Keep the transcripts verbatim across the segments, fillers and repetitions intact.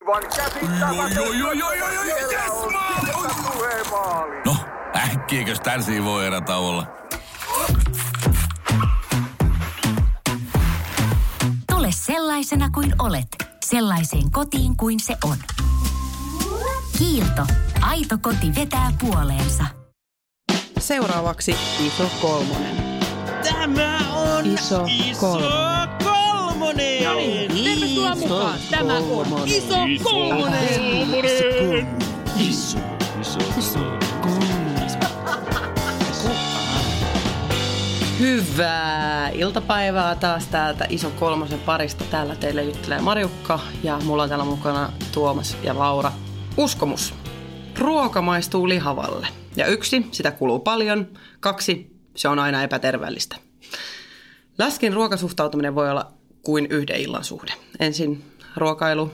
Aivan käsittämätöntä. No, äkkiäkös tän voi erätä olla? Tule sellaisena kuin olet, sellaiseen kotiin kuin se on. Kiilto. Aito koti vetää puoleensa. Seuraavaksi iso kolmonen. Tämä on iso, iso kolmonen. kolmonen. No niin, tervetuloa mukaan. Tämä on iso kolmonen. Iso, iso, iso kolmonen. Hyvää iltapäivää taas täältä Ison kolmosen parista. Täällä teille juttelee Marjukka ja mulla on täällä mukana Tuomas ja Laura. Uskomus. Ruoka maistuu lihavalle. Ja yksi, sitä kuluu paljon. Kaksi, se on aina epäterveellistä. Läskin ruokasuhtautuminen voi olla kuin yhden illan suhde. Ensin ruokailu,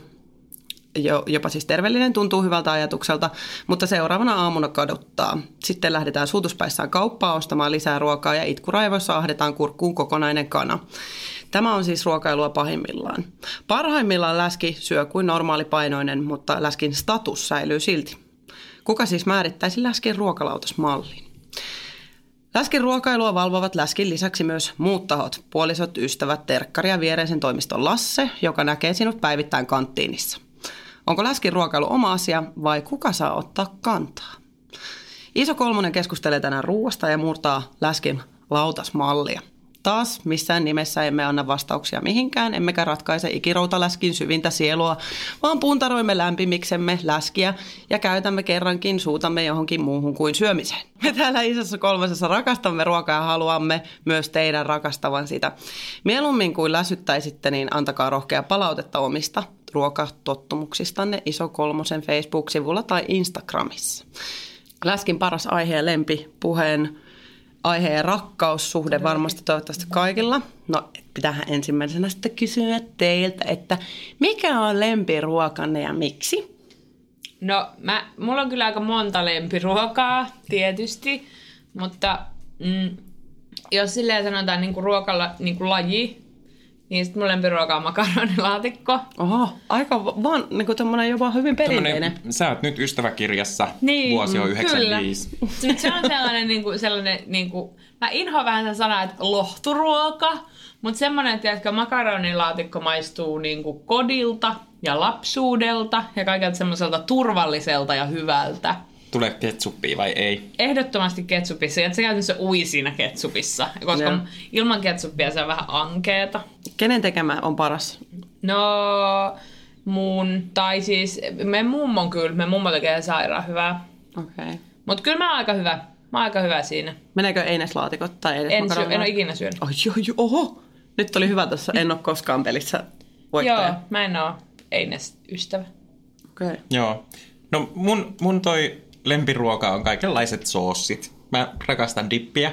jopa siis terveellinen, tuntuu hyvältä ajatukselta, mutta seuraavana aamuna kaduttaa. Sitten lähdetään suutuspäissään kauppaan ostamaan lisää ruokaa ja itkuraivoissa ahdetaan kurkkuun kokonainen kana. Tämä on siis ruokailua pahimmillaan. Parhaimmillaan läski syö kuin normaalipainoinen, mutta läskin status säilyy silti. Kuka siis määrittäisi läskin ruokalautasmallin? Läskin ruokailua valvovat läskin lisäksi myös muut tahot, puolisot, ystävät, terkkari ja viereisen toimiston Lasse, joka näkee sinut päivittäin kanttiinissa. Onko läskin ruokailu oma asia vai kuka saa ottaa kantaa? Iso kolmonen keskustelee tänään ruuasta ja murtaa läskin lautasmallia. Taas missään nimessä emme anna vastauksia mihinkään, emmekä ratkaise ikiroutaläskin syvintä sielua, vaan puntaroimme lämpimiksemme läskiä ja käytämme kerrankin suutamme johonkin muuhun kuin syömiseen. Me täällä Isossa kolmosessa rakastamme ruokaa ja haluamme myös teidän rakastavan sitä. Mieluummin kuin läsyttäisitte, niin antakaa rohkea palautetta omista ruokatottumuksistanne Iso kolmosen Facebook-sivulla tai Instagramissa. Läskin paras aihe ja lempi puheen aihe ja rakkaussuhde varmasti toivottavasti kaikilla. No, pitäähän ensimmäisenä sitten kysyä teiltä, että mikä on lempiruokanne ja miksi? No, mä, mulla on kyllä aika monta lempiruokaa, tietysti, mutta mm, jos silleen sanotaan niin kuin ruokalla niin kuin laji, niin sitten mun lempiruoka on makaronilaatikko. Oho, aika vaan niin kuin tämmöinen jopa hyvin perinteinen. Tämmönen, sä oot nyt ystäväkirjassa, niin, vuosi on yhdeksänkymmentäviisi. Kyllä. Se on sellainen, niin kuin, sellainen niin kuin, mä inhoan vähän sen sanaa, että lohturuoka, mutta semmoinen, että makaronilaatikko maistuu niin kuin kodilta ja lapsuudelta ja kaikelta semmoiselta turvalliselta ja hyvältä. Tulee ketsuppia vai ei? Ehdottomasti ketsupissa. Ja se käytännössä ui siinä ketsupissa, koska no. ilman ketsuppia se on vähän ankeeta. Kenen tekemä on paras? No, mun, tai siis me mummon kyllä. Me mummo tekee sairaan hyvää. Okei. Okay. Mut kyllä mä oon aika hyvä. Mä oon aika hyvä siinä. Meneekö eineslaatikot tai edes en, syö, en ole ikinä syönyt. Oh, joo, joo, oho! Nyt oli hyvä tuossa. En ole koskaan pelissä voittaja. Joo, mä en oo eines-ystävä. Okei. Okay. Joo. No mun, mun toi lempiruoka on kaikenlaiset soossit. Mä rakastan dippiä.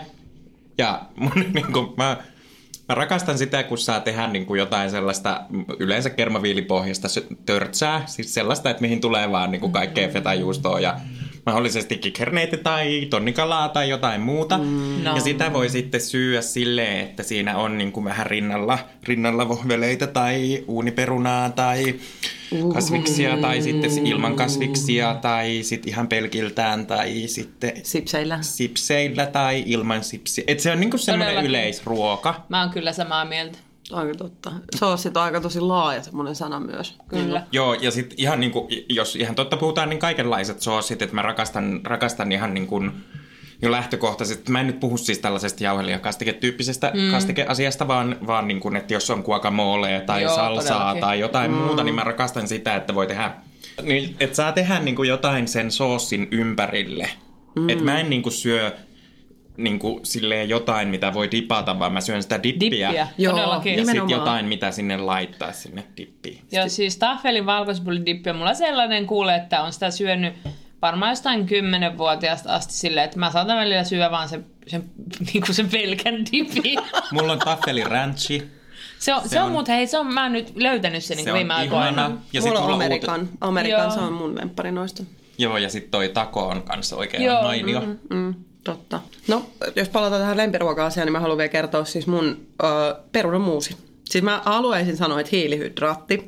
Ja mun, niin kun, mä, mä rakastan sitä, kun saa tehdä niin kuin jotain sellaista yleensä kermaviilipohjasta törtsää. Siis sellaista, että mihin tulee vaan niin kuin kaikkea fetajuustoa ja mahdollisesti kikherneitä tai tonnikalaa tai jotain muuta. Mm, no. Ja sitä voi sitten syödä silleen, että siinä on niin kuin vähän rinnalla, rinnalla vohveleita tai uuniperunaa tai kasviksia tai sitten ilman kasviksia tai sitten ihan pelkiltään tai sitten sipseillä, sipseillä tai ilman sipsiä. Että se on niinku semmoinen yleisruoka. Mä oon kyllä samaa mieltä. Aika totta. Soossit on aika tosi laaja semmoinen sana myös. Kyllä. Mm. Joo, ja sitten ihan niinku, jos ihan totta puhutaan, niin kaikenlaiset soossit, että mä rakastan, rakastan ihan niin kuin jo lähtökohtaisesti. Mä en nyt puhu siis tällaisesta jauhelijakastiketyyppisestä mm. kastikeasiasta, vaan, vaan niin kuin, että jos on guacamole tai Joo, salsaa todellakin. Tai jotain mm. muuta, niin mä rakastan sitä, että voi tehdä, niin, että saa tehdä niin kuin jotain sen soossin ympärille. Mm. Että mä en niin kuin syö niin kuin silleen jotain, mitä voi dipata, vaan mä syön sitä dippiä. Dippiä, Joo, todellakin. Ja sitten jotain, mitä sinne laittaa sinne dippiin. Joo, siis taffelin valkosipullidippi. Mulla sellainen kuulee, että on sitä syönyt varmaan jostain kymmenvuotiaasta asti silleen, että mä saatan välillä syödä vaan sen, sen, niin kuin sen pelkän dipin. Mulla on taffeli ranchi. Se on, se, se on, on muuten, hei, se on, mä oon nyt löytänyt sen, se niin viime aikoina. Mulla on Amerikan. Uut... Amerikan, se on mun lemppari noista. Joo, ja sitten toi taco on kanssa oikein Joo. mainio. Mm, mm, totta. No, jos palataan tähän lempiruoka-asiaan, niin mä haluan vielä kertoa siis mun ö, perunamuusi. Siis mä haluaisin sanoa, että hiilihydraatti.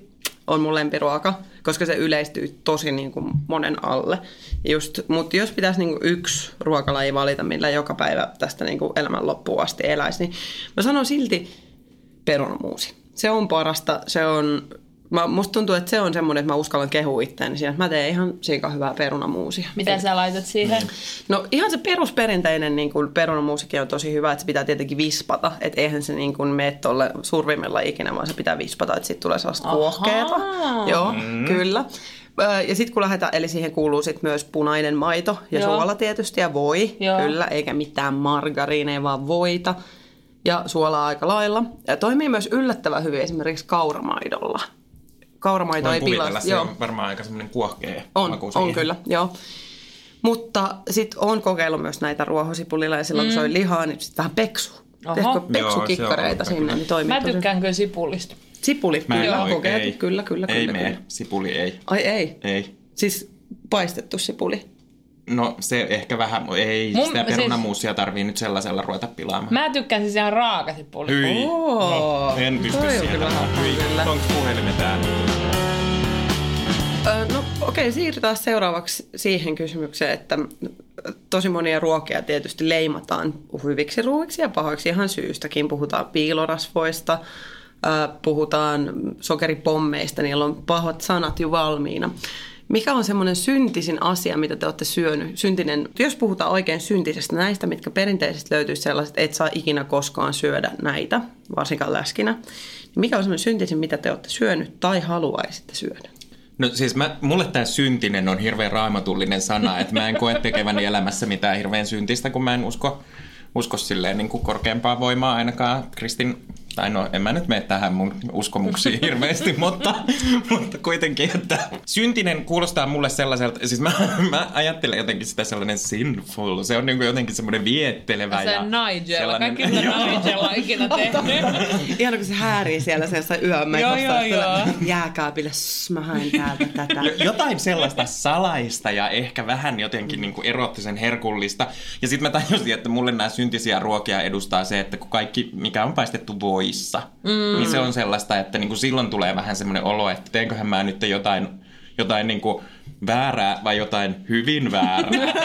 on mun lempiruoka, koska se yleistyy tosi niin kuin monen alle. Mutta jos pitäisi niin kuin yksi ruokalaji valita, millä joka päivä tästä niin kuin elämän loppuun asti eläisi, niin mä sanon silti perunamuusi. Se on parasta, se on... Mä, musta tuntuu, että se on semmoinen, että mä uskallan kehua itseäni siinä, että mä teen ihan siika hyvää perunamuusia. Mitä sä laitat siihen? No ihan se perusperinteinen niin kuin perunamuusikin on tosi hyvä, että se pitää tietenkin vispata. Että eihän se niin kuin mene tolle survimella ikinä, vaan se pitää vispata, että siitä tulee sellaista kuohkeeta. Joo, mm. kyllä. Ja sitten kun lähdetään, eli siihen kuuluu sit myös punainen maito ja Joo. suola tietysti ja voi. Joo. Kyllä, eikä mitään margariineja, vaan voita. Ja suolaa aika lailla. Ja toimii myös yllättävän hyvin esimerkiksi kauramaidolla. Kauramaito ei pilaa. Se on varmaan aika semmoinen kuohkea on, maku on kyllä, joo. Mutta sitten olen kokeillut myös näitä ruohosipulilla ja silloin mm. kun se on lihaa, niin sitten vähän peksua. Tehkö peksukikkareita sinne, niin toimii. Mä tykkään kyllä sipulista. Sipuli, mä kyllä, kokeiltu, kyllä, kyllä, ei kyllä. Ei kyllä. sipuli ei. Ai ei? Ei. Siis paistettu sipuli? No se ehkä vähän, ei Mun, sitä perunamuusia siis... tarvii nyt sellaisella ruveta pilaamaan. Mä tykkään siis ihan raakasipuli. Hyi. Oh, no, en pysty siellä. Hyi. Onko puhelimet ääni? No okei, okay, siirrytään seuraavaksi siihen kysymykseen, että tosi monia ruokia tietysti leimataan hyviksi ruuiksi ja pahoiksi ihan syystäkin. Puhutaan piilorasvoista, puhutaan sokeripommeista, niillä on pahat sanat jo valmiina. Mikä on semmoinen syntisin asia, mitä te olette syönyt? Syntinen, jos puhutaan oikein syntisestä näistä, mitkä perinteisesti löytyisi sellaiset, että et saa ikinä koskaan syödä näitä, varsinkaan läskinä. Niin mikä on semmoinen syntisin, mitä te olette syönyt tai haluaisitte syödä? No siis mä, mulle tää syntinen on hirveän raamatullinen sana, että mä en koe tekeväni elämässä mitään hirveän syntistä, kun mä en usko, usko silleen niin kuin korkeampaa voimaa ainakaan kristin... Tai no, en mä nyt mene tähän mun uskomuksiin hirveästi, mutta, mutta kuitenkin, että syntinen kuulostaa mulle sellaiselta, siis mä, mä ajattelen jotenkin sitä sellainen sinful, se on niin kuin jotenkin semmoinen viettelevä. Se on Nigella, kaikki mitä Nigella on ikinä tehnyt. Ihan kun se häärii siellä se jossain yömme, joo, joo, joo. Jääkaapille, mä haen täältä tätä. Jotain sellaista salaista ja ehkä vähän jotenkin niin kuin erottisen herkullista. Ja sitten mä tajusin, että mulle nämä syntisiä ruokia edustaa se, että kun kaikki, mikä on paistettu voi, Mm. niin se on sellaista, että niinku silloin tulee vähän semmoinen olo, että teenköhän mä nyt jotain, jotain niinku väärää vai jotain hyvin väärää.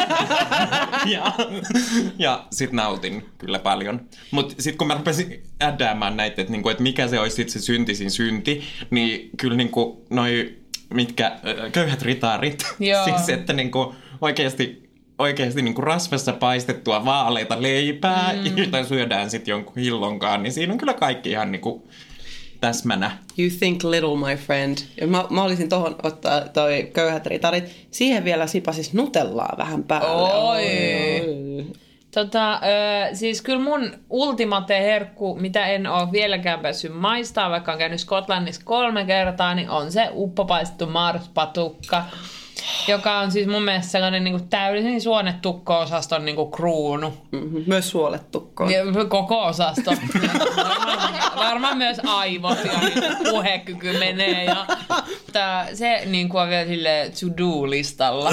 ja ja sit nautin kyllä paljon. Mutta sitten kun mä rupesin ädäämään näitä, että, niinku, että mikä se olisi sit se syntisin synti, niin kyllä niinku noi mitkä köyhät ritaarit, siis että niinku oikeasti... oikeasti niin kuin rasvassa paistettua vaaleita leipää, mm. jota syödään sitten jonkun hillonkaan, niin siinä on kyllä kaikki ihan niin kuin täsmänä. You think little, my friend. Mä, mä olisin tohon ottaa toi köyhät ritarit. Siihen vielä sipasis nutellaa vähän päälle. Oi! Oi. Tota, ö, siis kyllä mun ultimate herkku, mitä en ole vieläkään päässyt maistaa, vaikka on käynyt Skotlannissa kolme kertaa, niin on se uppopaistettu marspatukka. Joka on siis mun mielestä sellainen niin kuin täydellisen suonetukko-osaston niin kuin kruunu. Mm-hmm. Myös suoletukko. Ja koko osasto. varmaan, varmaan myös aivot ja puhekyky menee. Ja tää, se niin kuin on vielä silleen to-do-listalla.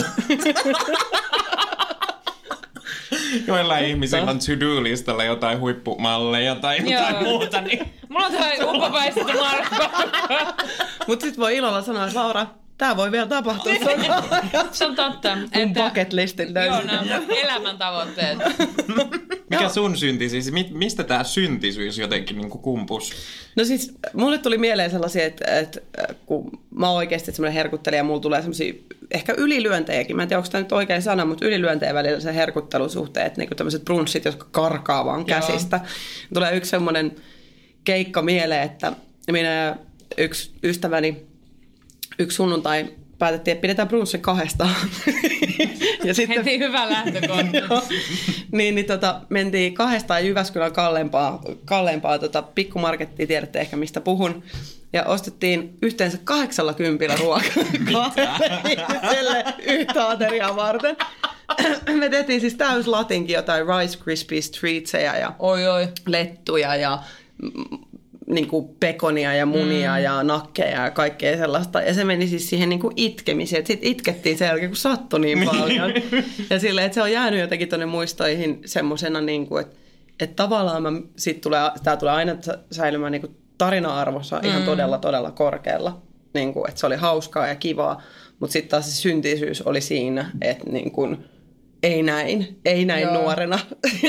Joillain ihmisillä on to-do-listalla jotain huippumalleja tai jotain Joo. muuta. Niin... Mulla on toi uppopaistettu marspatukka. Mut sit voi ilolla sanoa, että Laura... Tää voi vielä tapahtua. Se on totta. Mun että, bucket listin joo, nämä elämäntavoitteet. Mikä sun synti siis? Mistä tää syntisyys jotenkin niin kuin kumpus? No siis mulle tuli mieleen sellaisia, että, että kun mä oon oikeasti semmoinen herkuttelija, mulla tulee semmoisia ehkä ylilyöntejäkin. Mä en tiedä, onko tämä nyt oikein sana, mutta ylilyöntejä välillä se herkuttelusuhteet, niin kuin tämmöiset brunssit, jotka karkaa vaan käsistä. Joo. Tulee yksi semmoinen keikka mieleen, että minä ja yksi ystäväni yksi sunnuntai päätettiin, että pidetään brunssi kahdestaan. ja sitten mentiin hyvä lähtökohta. niin, niin tota, mentiin kahdestaan Jyväskylän kalleimpaa, kalleimpaa tota, pikkumarkettia, tiedätte ehkä mistä puhun. Ja ostettiin yhteensä kahdeksalla kympillä ruokaa kahdelle yhtä ateriaa varten. Me tehtiin siis täyslatinkin jotain Rice Krispies treatsejä ja oi, oi. lettuja ja... niin kuin pekonia ja munia mm. ja nakkeja ja kaikkea sellaista. Ja se meni siis siihen niin kuin itkemiseen. Sitten itkettiin sen jälkeen, kun sattui niin paljon. ja silleen, että se on jäänyt jotenkin tuonne muistoihin semmosena, niin kuin, että, että tavallaan mä, sit tulee, tää tulee aina säilymään niin kuin tarina-arvossa mm. ihan todella, todella korkealla. niin kuin, että se oli hauskaa ja kivaa, mutta sitten taas se syntisyys oli siinä, että niin kuin, ei näin, ei näin Joo. nuorena.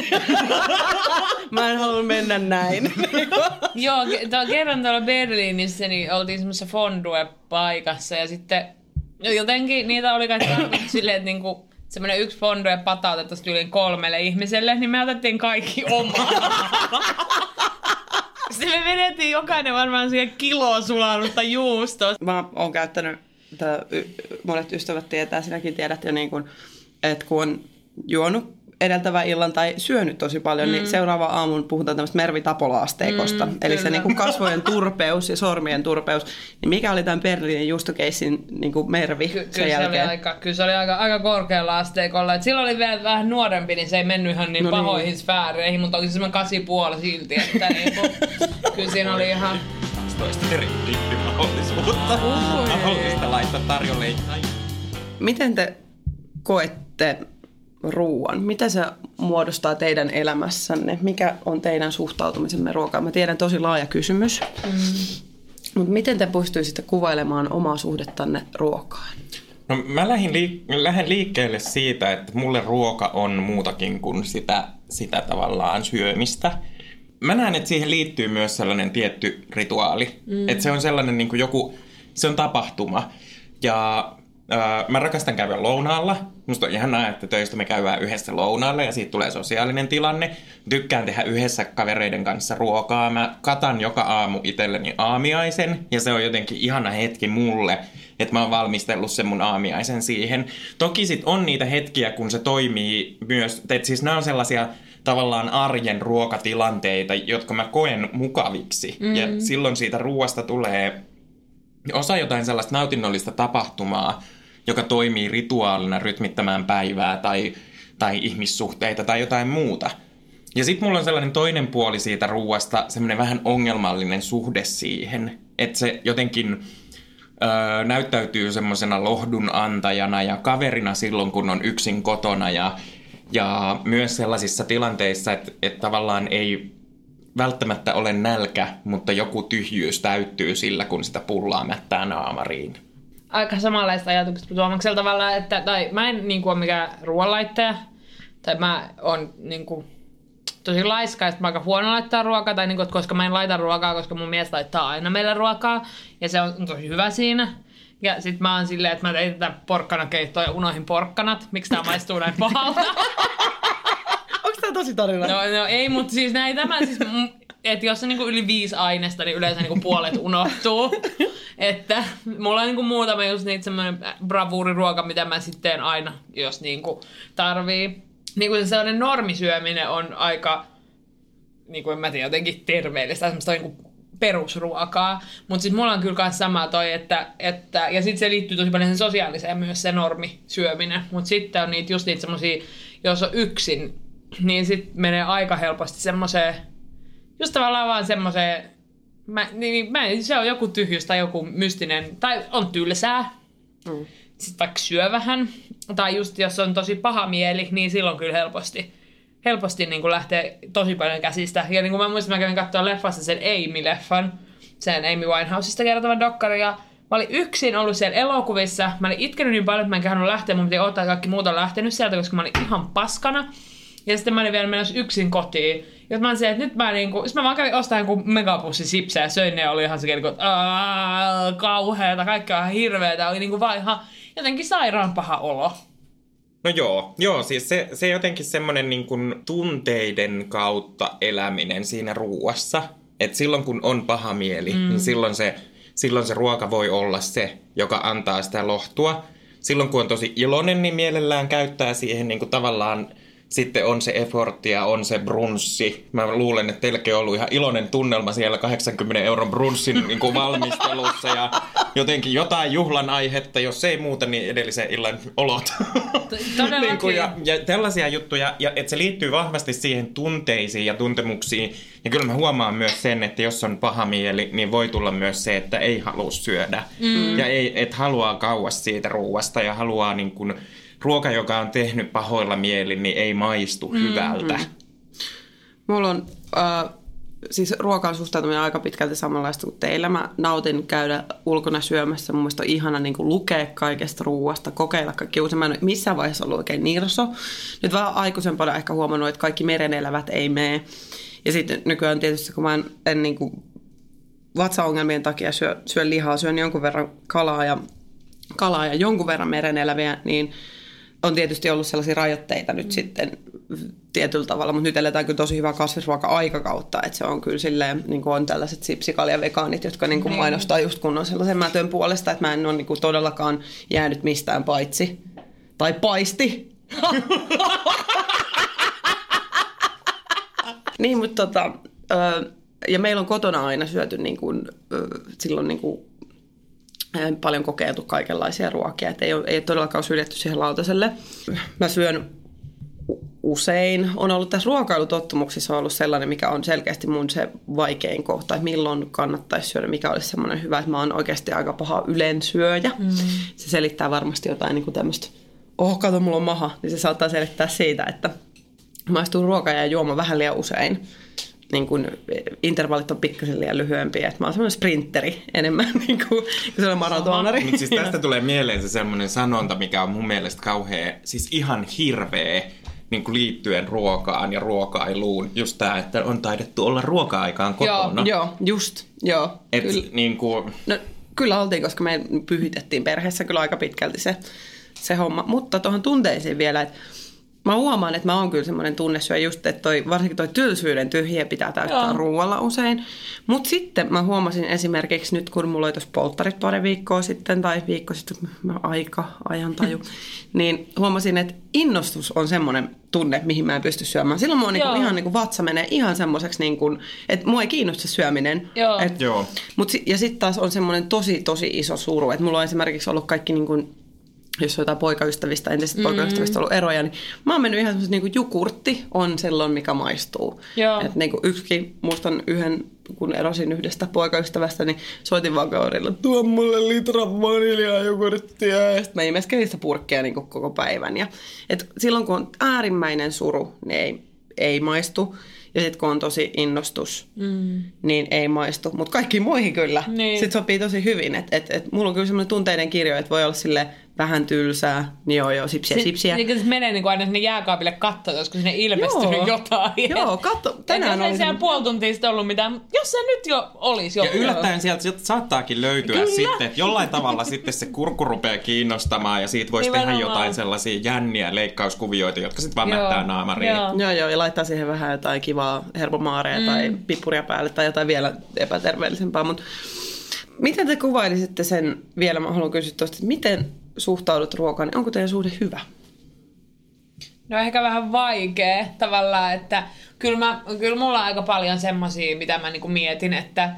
Mä en halua mennä näin. Joo, to, kerran tuolla Berliinissä niin oltiin semmoisessa fondue-paikassa ja sitten jotenkin niitä oli kaikki silleen, että niinku, semmoinen yksi fondue patautettaisiin tyyliin kolmelle ihmiselle, niin me otettiin kaikki omaa. Sitten me vedettiin jokainen varmaan siihen kiloa sulanutta juustoa. Mä oon käyttänyt, monet ystävät tietää, sinäkin tiedät jo niin kuin, että kun on juonut edeltävän illan tai syönyt tosi paljon, mm. niin seuraava aamun puhutaan tämmöistä Mervi Tapola-asteikosta. Mm, Eli kyllä. se niin kuin kasvojen turpeus ja sormien turpeus. Niin mikä oli tämän Berliinin juustokeissin niin kuin Mervi Ky- sen kyllä jälkeen? Se oli aika, kyllä se oli aika, aika korkealla asteikolla. Et silloin oli vielä vähän nuorempi, niin se ei mennyt ihan niin no pahoihin niin. sfääreihin, mutta oli semmoinen kasi puoli silti. Että niin kuin, kyllä siinä oli ihan... kaksitoista eri tyyppimahdollisuutta. Mahdollista laittaa tarjolle. Miten te koette ruoan? Mitä se muodostaa teidän elämässänne? Mikä on teidän suhtautumisemme ruokaan? Mä tiedän, tosi laaja kysymys. Mm. Mutta miten te pystyisitte kuvailemaan omaa suhdettanne ruokaan? No mä lähdin, liik- lähdin liikkeelle siitä, että mulle ruoka on muutakin kuin sitä, sitä tavallaan syömistä. Mä näen, että siihen liittyy myös sellainen tietty rituaali. Mm. Että se on sellainen niin kuin joku, se on tapahtuma. Ja äh, mä rakastan käydä lounaalla. Musta on ihanaa, että töistä me käydään yhdessä lounaalla ja siitä tulee sosiaalinen tilanne. Tykkään tehdä yhdessä kavereiden kanssa ruokaa. Mä katan joka aamu itselleni aamiaisen ja se on jotenkin ihana hetki mulle, että mä oon valmistellut sen mun aamiaisen siihen. Toki sit on niitä hetkiä, kun se toimii myös, että siis nämä on sellaisia tavallaan arjen ruokatilanteita, jotka mä koen mukaviksi. Mm. Ja silloin siitä ruoasta tulee osa jotain sellaista nautinnollista tapahtumaa, joka toimii rituaalina rytmittämään päivää tai, tai ihmissuhteita tai jotain muuta. Ja sit mulla on sellainen toinen puoli siitä ruoasta, semmoinen vähän ongelmallinen suhde siihen, että se jotenkin öö, näyttäytyy semmoisena lohdun antajana ja kaverina silloin, kun on yksin kotona ja Ja myös sellaisissa tilanteissa, että, että tavallaan ei välttämättä ole nälkä, mutta joku tyhjyys täyttyy sillä, kun sitä pullaa mättää naamariin. Aika samanlaista ajatuksesta Tuomaksella tavalla, että tai mä en niin kuin, ole mikään ruoanlaittaja, tai mä oon niin kuin, tosi laiska, ja mä aika huono laittaa ruokaa, tai niin kuin, koska mä en laita ruokaa, koska mun mies laittaa aina meille ruokaa, ja se on tosi hyvä siinä. Ja sit mä oon silleen, että mä tein tätä porkkanakeittoa ja unohin porkkanat. Miksi tää maistuu näin pahalta? Onks tää tosi tarina? No, no ei, mutta siis näitä mä siis... Että jos on niinku yli viisi aineesta, niin yleensä niinku puolet unohtuu. Että mulla on niinku muutama just niitä semmoinen bravuuriruoka, mitä mä sitten teen aina, jos niinku tarvii. Niinku se sellainen normisyöminen on aika... Niinku en mä tiedä, jotenkin terveellistä. Semmoista niinku perusruokaa, mutta sitten mulla on kyllä myös sama toi, että, että ja sitten se liittyy tosi paljon sen sosiaaliseen myös se normisyöminen, mutta sitten on niitä just niitä semmosia, jos on yksin, niin sitten menee aika helposti semmoiseen, just tavallaan vaan semmoiseen, mä, niin, mä, se on joku tyhjys tai joku mystinen, tai on tylsää, mm. sitten vaikka syö vähän, tai just jos on tosi paha mieli, niin silloin kyllä helposti helposti niin kuin lähtee tosi paljon käsistä. Ja niin kuin mä muistan, mä kävin katsoa leffassa sen Amy-leffan, sen Amy Winehouseista kertovan dokkari, ja mä olin yksin ollut siellä elokuvissa. Mä olin itkenyt niin paljon, että mä en kehannut lähteä, mun piti odottaa, että kaikki muut on lähtenyt sieltä, koska mä olin ihan paskana. Ja sitten mä olin vielä menossa yksin kotiin. Ja mä olin se, että nyt mä niinku, sit mä vaan kävin ostaa joku megapussi sipsejä ja söin ne, ja oli ihan se että aah, kauheeta, kaikki on ihan hirveetä, oli niinku vaan ihan jotenkin sairaan paha olo. No joo, joo siis se, se jotenkin semmoinen niin kuin tunteiden kautta eläminen siinä ruuassa. Että silloin kun on paha mieli, mm. niin silloin se, silloin se ruoka voi olla se, joka antaa sitä lohtua. Silloin kun on tosi iloinen, niin mielellään käyttää siihen niin kuin tavallaan sitten on se effortti ja on se brunssi. Mä luulen, että teilläkin on ollut ihan iloinen tunnelma siellä kahdeksankymmenen euron brunssin niin kuin valmistelussa ja jotenkin jotain juhlan aihetta, jos ei muuta, niin edellisen illan olot. niin kuin, ja, ja tällaisia juttuja, ja että se liittyy vahvasti siihen tunteisiin ja tuntemuksiin. Ja kyllä mä huomaan myös sen, että jos on paha mieli, niin voi tulla myös se, että ei halua syödä. Mm. Ja ei, että haluaa kauas siitä ruuasta ja haluaa niin kuin ruoka, joka on tehnyt pahoilla mielin, niin ei maistu mm-hmm. hyvältä. Mulla on äh, siis ruokaan suhtautuminen on aika pitkälti samanlaista kuin teillä. Mä nautin käydä ulkona syömässä. Mun mielestä on ihana niin kuin lukea kaikesta ruuasta, kokeilla kaikki uusia. Mä en ole missään vaiheessa ollut oikein nirso. Nyt vähän aikuisempana ehkä huomannut, että kaikki merenelävät ei mene. Ja sitten nykyään tietysti, kun mä en, en niin kuin vatsaongelmien takia syö, syö lihaa, syön jonkun verran kalaa ja, kalaa ja jonkun verran mereneläviä, niin on tietysti ollut sellaisia rajoitteita nyt mm. sitten tietyllä tavalla, mutta nyt eletään kyllä tosi hyvää kasvisruoka-aikakautta, että se on kyllä silleen, niin kuin on tällaiset sipsikaljavegaanit, jotka niin kuin mm. mainostaa just kunnon sellaisen mätön puolesta, että mä en ole niin kuin todellakaan jäänyt mistään paitsi. Tai paisti. Niin, mutta tota, ja meillä on kotona aina syöty niin kuin, silloin niin kuin paljon kokeiltu kaikenlaisia ruokia, että ei ole, ei ole todellakaan syljetty siihen lautaselle. Mä syön usein. On ollut tässä ruokailutottumuksissa on ollut sellainen, mikä on selkeästi mun se vaikein kohta, että milloin kannattaisi syödä, mikä olisi semmoinen hyvä, että mä oon oikeasti aika paha ylensyöjä. Mm. Se selittää varmasti jotain niin kuin tämmöistä, oh kato, mulla on maha, niin se saattaa selittää siitä, että maistuu ruoka ja juoma vähän liian usein. Niin kuin intervallit on pikkasen liian lyhyempiä, että mä oon semmoinen sprinteri enemmän niin kuin sellainen maratonari. Mutta siis tästä tulee mieleen se semmoinen sanonta, mikä on mun mielestä kauhean, siis ihan hirveä niin kuin liittyen ruokaan ja ruokailuun. Just tää, että on taidettu olla ruoka-aikaan kotona. Joo, joo just, joo. Et kyllä, niin kuin... no, kyllä oltiin, koska me pyhitettiin perheessä kyllä aika pitkälti se, se homma. Mutta tuohon tunteisiin vielä, että mä huomaan, että mä oon kyllä semmoinen tunnesyö just, että toi, varsinkin toi tylsyyden tyhjiä pitää täyttää ruoalla usein. Mutta sitten mä huomasin esimerkiksi nyt, kun mulla oli tuossa polttarit pari viikkoa sitten, tai viikko sitten, mä aika, ajantaju, niin huomasin, että innostus on semmoinen tunne, mihin mä en pysty syömään. Silloin mua niinku ihan niinku vatsa menee ihan semmoiseksi, niinku, että mua ei kiinnosta syöminen. Joo. Et, Joo. Mut, ja sitten taas on semmoinen tosi, tosi iso suru, että mulla on esimerkiksi ollut kaikki niinku, jos on jotain poikaystävistä, entisistä mm-hmm. poikaystävistä ollut eroja, niin mä oon mennyt ihan semmoisen niin kuin jukurtti on sellainen, mikä maistuu. Että niin kuin yksikin, muistan yhden, kun erosin yhdestä poikaystävästä, niin soitin vaan kaverille, tuo mulle litran vaniljaa jogurttia. Ja sitten mä imeskelin sitä purkkia niin kuin koko päivän. Ja, et silloin kun on äärimmäinen suru, niin ei, ei maistu. Ja sitten kun on tosi innostus, mm. niin ei maistu. Mutta kaikkiin muihin kyllä. Niin. Sitten sopii tosi hyvin. Että et, et mulla on kyllä semmoinen tunteiden kirjo, että voi olla sille vähän tylsää. Niin joo, joo, sipsiä, sipsiä. Niin, se menee niin kuin aina sinne jääkaapille katsoa, olisiko sinne ilmestynyt joo. jotain. Joo, katso. Tänään oli... Ei siellä puoli tuntia sitten ollut mitään. Jos se nyt jo olisi. Ja yllättäen sieltä, sieltä saattaakin löytyä kyllä. sitten, että jollain tavalla sitten se kurkku rupeaa kiinnostamaan ja siitä voisi tehdä jotain sellaisia jänniä leikkauskuvioita, jotka sitten vaan mättää naamariin. Joo. joo, joo, ja laittaa siihen vähän jotain kivaa herbomaareja mm. tai pippuria päälle tai jotain vielä epäterveellisempää. Mutta miten te kuvailisitte sen vielä? Mä haluan kysyä tuosta, että miten suhtaudut ruokaan, onko teidän suhde hyvä? No ehkä vähän vaikea tavallaan, että kyllä, mä, kyllä mulla on aika paljon semmosia, mitä mä niinku mietin, että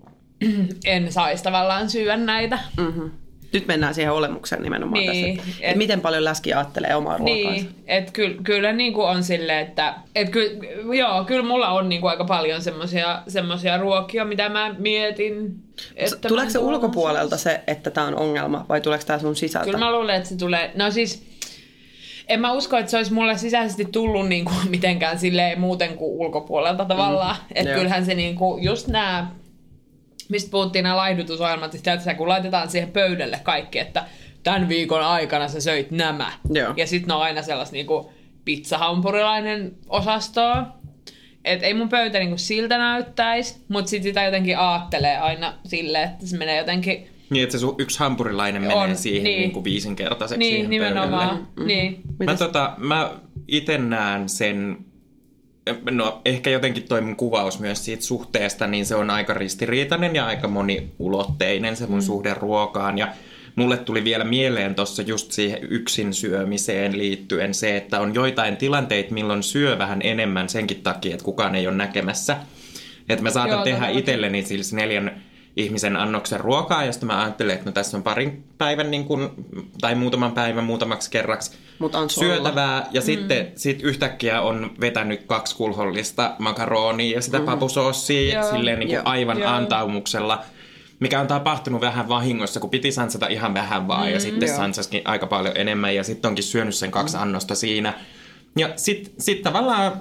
en saisi tavallaan syödä näitä. Mm-hmm. Nyt mennään siihen olemukseen nimenomaan niin, tässä, että et, miten paljon läski ajattelee omaa ruokaansa. Niin, että kyllä, kyllä niinku on silleen, että et ky, joo, kyllä mulla on niinku aika paljon semmosia, semmosia ruokia, mitä mä mietin. Että tuleeko se ulkopuolelta se, että tämä on ongelma, vai tuleeko tämä sun sisältä? Kyllä mä luulen, että se tulee, no siis en mä usko, että se olisi mulle sisäisesti tullut niinku mitenkään silleen muuten kuin ulkopuolelta tavallaan. Mm, että kyllähän se niinku just nämä, mistä puhuttiin nämä laihdutusohjelmat, että kun laitetaan siihen pöydälle kaikki, että tämän viikon aikana sä söit nämä. Joo. Ja sitten ne on aina sellaista niinku pizzahampurilainen osastoa. Että ei mun pöytä niinku siltä näyttäisi, mutta sitten sitä jotenkin aattelee aina silleen, että se menee jotenkin... Niin, että se sun yksi hampurilainen menee on, siihen niin. Niinku viisinkertaiseksi niin, siihen nimenomaan. pöydälle. Mm-hmm. Niin. Mä, tota, mä ite näen sen... No ehkä jotenkin toi mun kuvaus myös siitä suhteesta, niin se on aika ristiriitainen ja aika moniulotteinen se mun mm. suhde ruokaan. Ja mulle tuli vielä mieleen tuossa just siihen yksin syömiseen liittyen se, että on joitain tilanteita, milloin syö vähän enemmän senkin takia, että kukaan ei ole näkemässä. Että mä saatan Joo, tehdä itselleni siis neljän ihmisen annoksen ruokaa, ja sitten mä ajattelen, että no tässä on parin päivän niin kun, tai muutaman päivän muutamaksi kerraksi syötävää. Ja mm. sitten sit yhtäkkiä on vetänyt kaksi kulhollista makaronia ja sitä mm. papusoossia silleen niin kuin aivan Joo. antaumuksella, mikä on tapahtunut vähän vahingossa, kun piti sansata ihan vähän vaan, mm. ja sitten Joo. sansaskin aika paljon enemmän, ja sitten onkin syönyt sen kaksi mm. annosta siinä. Ja sitten sit tavallaan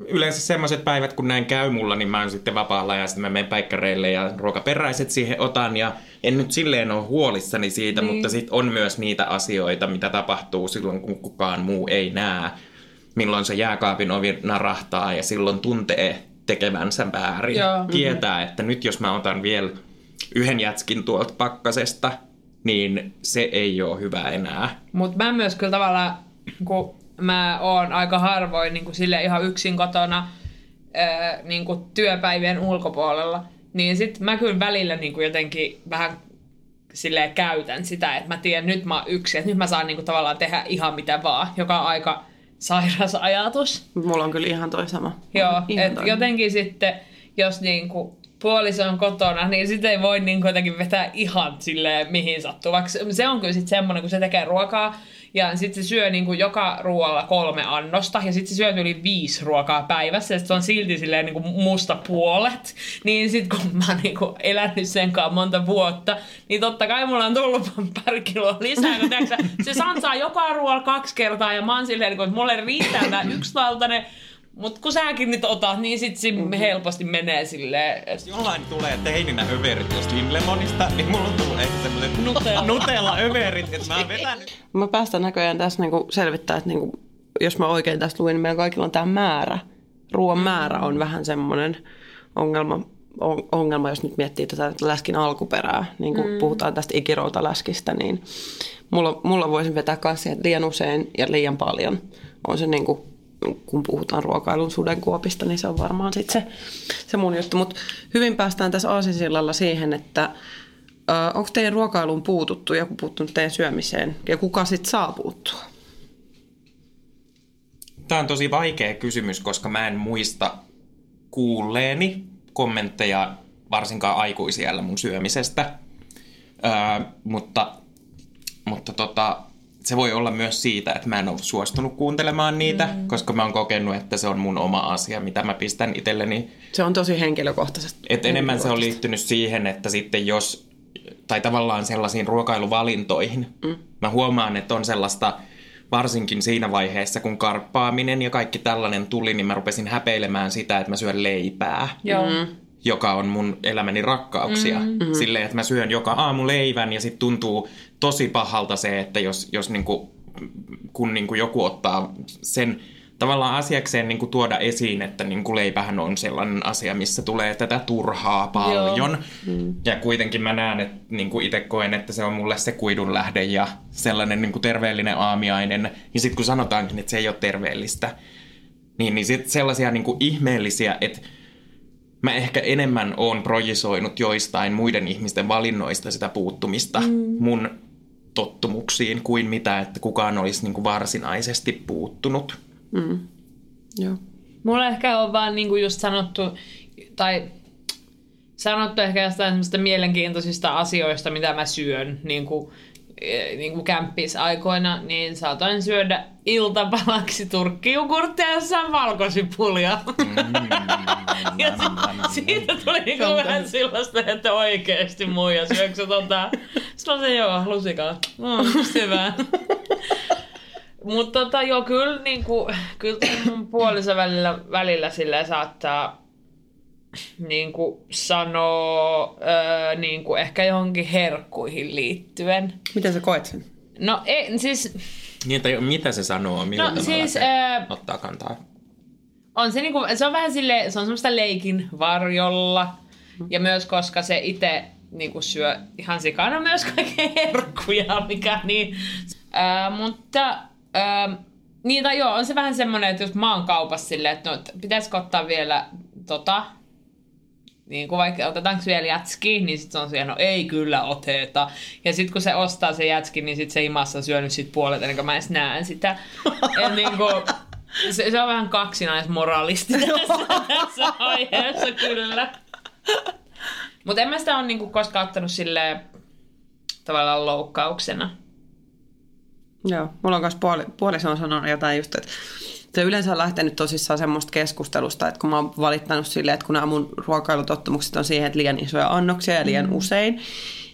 yleensä semmoiset päivät, kun näin käy mulla, niin mä oon sitten vapaalla ja sitten mä menen päikkäreille ja ruokaperäiset siihen otan. Ja en nyt silleen ole huolissani siitä, niin. Mutta sitten on myös niitä asioita, mitä tapahtuu silloin, kun kukaan muu ei näe. Milloin se jääkaapin ovi narahtaa ja silloin tuntee tekevänsä väärin. Joo. Tietää, että nyt jos mä otan vielä yhden jätskin tuolta pakkasesta, niin se ei ole hyvä enää. Mutta mä myös kyllä tavallaan, kun mä oon aika harvoin niin kuin sille ihan yksin kotona ää, niin kuin työpäivien ulkopuolella, niin sit mä kyllä välillä niin kuin jotenkin vähän silleen käytän sitä, että mä tiedän, nyt mä oon yksin, että nyt mä saan niin kuin tavallaan tehdä ihan mitä vaan, joka on aika sairas ajatus. Mulla on kyllä ihan toi sama. Joo, että jotenkin sitten, jos niin kuin puoliso on kotona, niin sitten ei voi niin jotenkin vetää ihan silleen mihin sattuu. Vaikka se on kyllä sitten semmoinen, kun se tekee ruokaa, ja sitten se syö niin kuin joka ruoalla kolme annosta, ja sitten se syö yli viisi ruokaa päivässä, ja se on silti silleen niin kuin musta puolet. Niin sitten kun mä oon niin kuin elänyt senkaan monta vuotta, niin totta kai mulla on tullut pari kiloa lisää, kun tiiäksä, se sansaa joka ruoalla kaksi kertaa, ja mä oon silleen, että mulle riittää tää yksilautainen. Mut kun säkin nyt otat, niin sit se mm-hmm. helposti menee silleen. Et... Jollain tulee teininä överit ja Slim Lemonista, niin mulla on tullut ehkä semmoset Nutella, Nutella överit, että mä oon vetänyt. Mä päästän näköjään tässä niinku selvittää, että niinku, jos mä oikein tästä luin, niin meillä kaikilla on tää määrä. Ruoan määrä on vähän semmonen ongelma, on, ongelma jos nyt miettii tätä läskin alkuperää. Niin kun mm. puhutaan tästä ikiroutaläskistä, niin mulla, mulla voisin vetää kanssa liian usein ja liian paljon. On se niinku... kun puhutaan ruokailun sudenkuopista, niin se on varmaan sitten se, se mun juttu. Mutta hyvin päästään tässä aasinsillalla siihen, että äh, onko teidän ruokailuun puututtu, joku puuttunut teidän syömiseen, ja kuka sitten saa puuttua? Tämä on tosi vaikea kysymys, koska mä en muista kuulleeni kommentteja varsinkaan aikuisiällä mun syömisestä. Äh, mutta mutta tota... Se voi olla myös siitä, että mä en ole suostunut kuuntelemaan niitä, mm. koska mä oon kokenut, että se on mun oma asia, mitä mä pistän itselleni. Se on tosi henkilökohtaisesti. Et enemmän se on liittynyt siihen, että sitten jos, tai tavallaan sellaisiin ruokailuvalintoihin, mm. mä huomaan, että on sellaista, varsinkin siinä vaiheessa, kun karppaaminen ja kaikki tällainen tuli, niin mä rupesin häpeilemään sitä, että mä syön leipää. Joo. Mm. Joka on mun elämäni rakkauksia. Mm-hmm. Silleen, että mä syön joka aamu leivän ja sit tuntuu tosi pahalta se, että jos, jos niinku, kun niinku joku ottaa sen tavallaan asiakseen niinku tuoda esiin, että niinku leipähän on sellainen asia, missä tulee tätä turhaa paljon. Mm. Ja kuitenkin mä näen, että niinku itse koen, että se on mulle se kuidun lähde ja sellainen niinku terveellinen aamiainen. Ja sit kun sanotaankin, että se ei ole terveellistä, niin, niin sit sellaisia niinku ihmeellisiä, että mä ehkä enemmän oon projisoinut joistain muiden ihmisten valinnoista sitä puuttumista mm. mun tottumuksiin kuin mitä, että kukaan olisi niin kuin varsinaisesti puuttunut. Mm. Joo. Mulla ehkä on vaan niin kuin just sanottu, tai sanottu ehkä jostain semmoista mielenkiintoisista asioista, mitä mä syön niin kuin, niin kuin kämppisaikoina, niin saatoin syödä iltapalaksi turkkijugurttia, jossa on valkosipulia. Mm. Ja si- siitä tuli niinku vähän sellaista, että oikeesti muija syöksä tota. Sitten se joo, lusikaa. Mm, hyvä. Mutta tota, joo, kyllä, niinku, kyllä mun puolissa välillä, välillä silleen saattaa niinku sanoa öö, niinku ehkä johonkin herkkuihin liittyen. Miten sä koet sen? No ei, siis... Niin, tai mitä se sanoo? Millä no, siis, se öö, ottaa kantaa? On se, niinku, se on vähän silleen, se on semmoista leikin varjolla. Ja myös koska se itse niinku syö ihan sikana myös kaikkea herkkuja, mikä niin. Öö, mutta... Öö, niin tai joo, on se vähän semmoinen, että jos mä oon kaupassa silleen, että no, pitäisikö ottaa vielä tota... Niin kun vaikka otetaanko vielä jätski, niin sit se on siellä, no ei kyllä oteta. Ja sit kun se ostaa se jätski, niin sit se imassa on syönyt sit puolet, ennen kuin mä edes näen sitä. Et niin kun, se, se on vähän kaksinaismoraalisti tässä aiheessa kyllä. Mutta en mä sitä ole niin koskaan ottanut silleen tavallaan loukkauksena. Joo, mulla on myös puoli, puoliso on sanonut jotain just, että se yleensä on lähtenyt tosissaan semmoista keskustelusta, että kun mä oon valittanut silleen, että kun nämä mun ruokailutottumukset on siihen, että liian isoja annoksia ja liian mm. usein,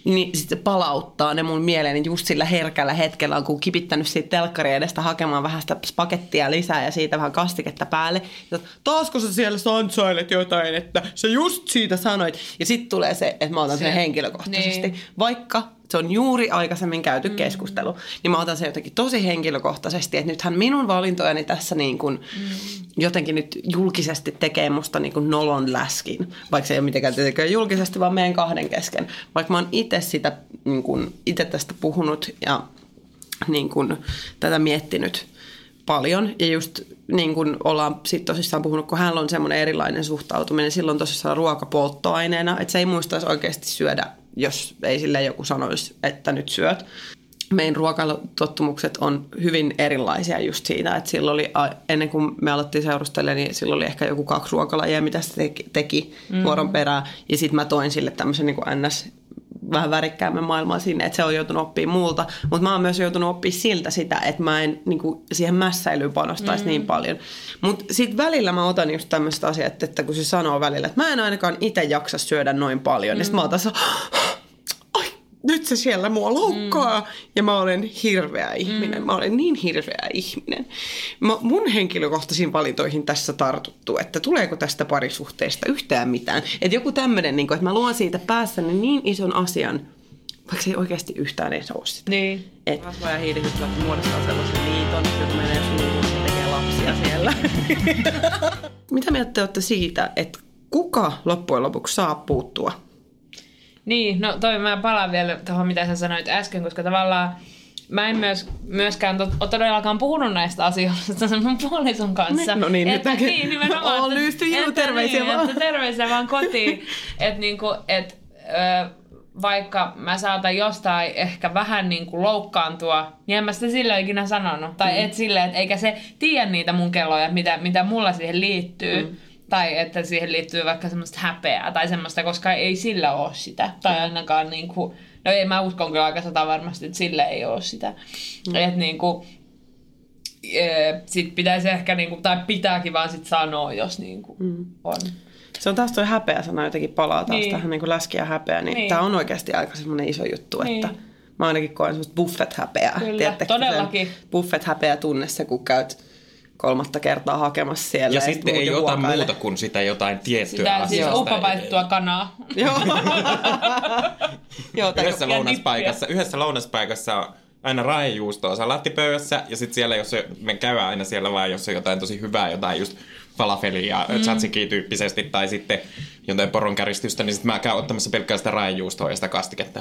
niin sitten se palauttaa ne mun mieleeni just sillä herkällä hetkellä, kun kipittänyt siitä telkkaria edestä hakemaan vähän sitä pakettia lisää ja siitä vähän kastiketta päälle. Ja taasko sä siellä sansailet jotain, että sä just siitä sanoit. Ja sitten tulee se, että mä otan sen henkilökohtaisesti. Niin. Vaikka se on juuri aikaisemmin käyty mm. keskustelu, niin mä otan sen jotenkin tosi henkilökohtaisesti, että nythän minun valintojani tässä niin kuin mm. jotenkin nyt julkisesti tekee musta niin kuin nolon läskin, vaikka se ei ole mitenkään tekee julkisesti, vaan meidän kahden kesken. Vaikka mä oon itse sitä, niin kuin, itse tästä puhunut ja niin kuin, tätä miettinyt paljon ja just niin kuin ollaan sit tosissaan puhunut, kun hänellä on semmoinen erilainen suhtautuminen, silloin tosissaan ruokapolttoaineena, että se ei muistaisi oikeasti syödä, jos ei sille joku sanoisi, että nyt syöt. Meidän ruokailutottumukset on hyvin erilaisia just siitä, että silloin oli, ennen kuin me alettiin seurustella, niin silloin oli ehkä joku kaksi ruokalajia, mitä se teki, teki mm-hmm. vuoron perään. Ja sitten mä toin sille tämmöisen niin kuin ns. Vähän värikkäämmän maailmaa sinne, että se on joutunut oppimaan multa. Mutta mä oon myös joutunut oppimaan siltä sitä, että mä en niin kuin, siihen mässäilyyn panostaisi mm. niin paljon. Mutta sitten välillä mä otan just tämmöistä asiaa, että, että kun se sanoo välillä, että mä en ainakaan itse jaksa syödä noin paljon, mm. niin sitten mä otan se, ai, nyt se siellä mua loukkaa. Mm. Ja mä olen hirveä ihminen. Mm. Mä olen niin hirveä ihminen. Mä, mun henkilökohtaisiin valintoihin tässä tartuttu, että tuleeko tästä parisuhteesta yhtään mitään. Että joku tämmöinen, niin että mä luon siitä päässäni niin ison asian, vaikka se ei oikeasti yhtään edes ole sitä. Niin. Että rasva ja hiilihydraatit muodostaa sellaisen liiton, joka menee suuhun ja tekee lapsia siellä. Mitä mieltä te olette siitä, että kuka loppujen lopuksi saa puuttua? Niin, no toi mä palaan vielä tuohon, mitä sä sanoit äsken, koska tavallaan mä en myös, myöskään to, ole todellakaan puhunut näistä asioista sen mun puolison kanssa. No niin, että, nyt niin, nimenomaan. On lyysty hiu, terveisiä niin, vaan. Että terveisiä vaan kotiin. Että niinku, et, ö, vaikka mä saatan jostain ehkä vähän niinku loukkaantua, niin en mä sitä sillä ikinä sanonut. Tai mm. et silleen, että eikä se tiedä niitä mun kelloja, mitä, mitä mulla siihen liittyy. Mm. Tai että siihen liittyy vaikka semmoista häpeää tai semmoista, koska ei sillä ole sitä. Tai ainakaan niinku, no ei mä uskon kyllä aika sata varmasti, että sillä ei ole sitä. Mm. Että niinku, e, sit pitäisi ehkä niinku, tai pitääkin vaan sit sanoa, jos niinku mm. on. Se on taas toi häpeä-sana jotenkin palaa taas niin. tähän niin kuin läski ja häpeä, niin, niin. Tää on oikeasti aika semmoinen iso juttu, niin. että mä ainakin koen semmoista buffet-häpeää. Kyllä, tiedättekö, todellakin. Buffet-häpeä tunne se, kun käyt kolmatta kertaa hakemassa siellä. Ja sitten ei ota muuta kuin sitä jotain tiettyä sitä, asiasta. Sitä siis upapaittua kanaa. Joo. Joo, yhdessä lounaspaikassa, yhdessä lounaspaikassa on aina raajejuustoa salaattipöydässä, ja sitten siellä, jos me käydään aina siellä vaan, jos on jotain tosi hyvää, jotain just falafelia mm. tzatziki-tyyppisesti, tai sitten jotain poronkäristystä, niin sitten mä käyn ottamassa pelkkää sitä raajejuustoa ja sitä kastiketta.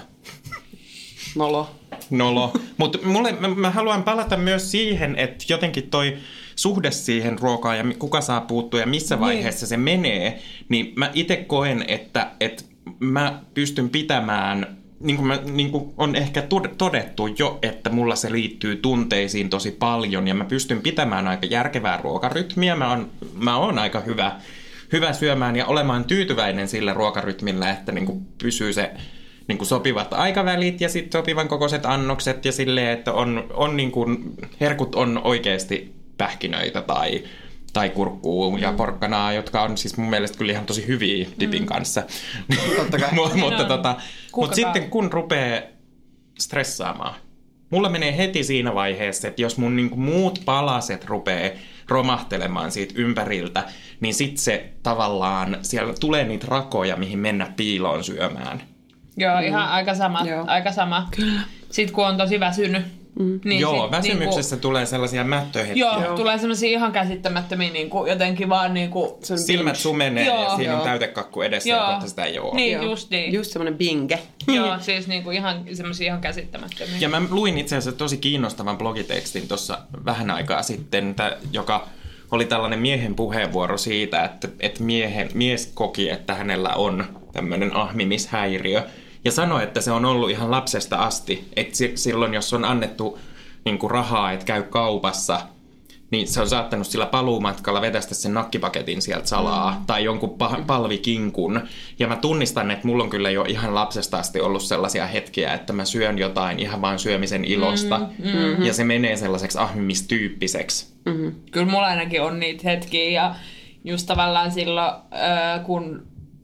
Nolo. Nolo. Mutta mulle, mä, mä haluan palata myös siihen, että jotenkin toi suhde siihen ruokaan ja kuka saa puuttua ja missä vaiheessa niin. se menee, niin mä itse koen, että, että mä pystyn pitämään, niin kuin, mä, niin kuin on ehkä todettu jo, että mulla se liittyy tunteisiin tosi paljon ja mä pystyn pitämään aika järkevää ruokarytmiä. Mä oon, mä oon aika hyvä, hyvä syömään ja olemaan tyytyväinen sillä ruokarytmillä, että niin kuin pysyy se niin kuin sopivat aikavälit ja sitten sopivan kokoiset annokset ja silleen, että on, on niin kuin, herkut on oikeasti pähkinöitä tai, tai kurkkuu mm. ja porkkanaa, jotka on siis mun mielestä kyllä ihan tosi hyviä dipin mm. kanssa. Totta kai. mutta tota, mut sitten kun rupeaa stressaamaan, mulla menee heti siinä vaiheessa, että jos mun niinku muut palaset rupeaa romahtelemaan siitä ympäriltä, niin sit se tavallaan, siellä tulee niitä rakoja, mihin mennä piiloon syömään. Joo, mm. ihan aika sama. Joo. Aika sama. Kyllä. Sitten kun on tosi väsynyt. Mm. Niin joo, sit, väsymyksessä niinku, tulee sellaisia mättöhetkiä. Joo, joo, tulee sellaisia ihan käsittämättömiä niinku, jotenkin vaan niinku... Silmät sumenee joo, ja siinä joo. on täytekakku edessä joo. ja kohta sitä ei ole. Niin, joo. just niin. Just semmoinen binge. Joo, siis niinku ihan semmoisia ihan käsittämättömiä. Ja mä luin itse asiassa tosi kiinnostavan blogitekstin tuossa vähän aikaa sitten, joka oli tällainen miehen puheenvuoro siitä, että, että miehen, mies koki, että hänellä on tämmöinen ahmimishäiriö. Ja sanoi, että se on ollut ihan lapsesta asti, että silloin jos on annettu niin kuin rahaa, että käy kaupassa, niin se on saattanut sillä paluumatkalla vetästä sen nakkipaketin sieltä salaa mm. tai jonkun palvikinkun. Ja mä tunnistan, että mulla on kyllä jo ihan lapsesta asti ollut sellaisia hetkiä, että mä syön jotain ihan vaan syömisen ilosta. Mm-hmm. Ja se menee sellaiseksi ahmimistyyppiseksi. Mm-hmm. Kyllä mulla ainakin on niitä hetkiä ja just tavallaan silloin, äh, kun...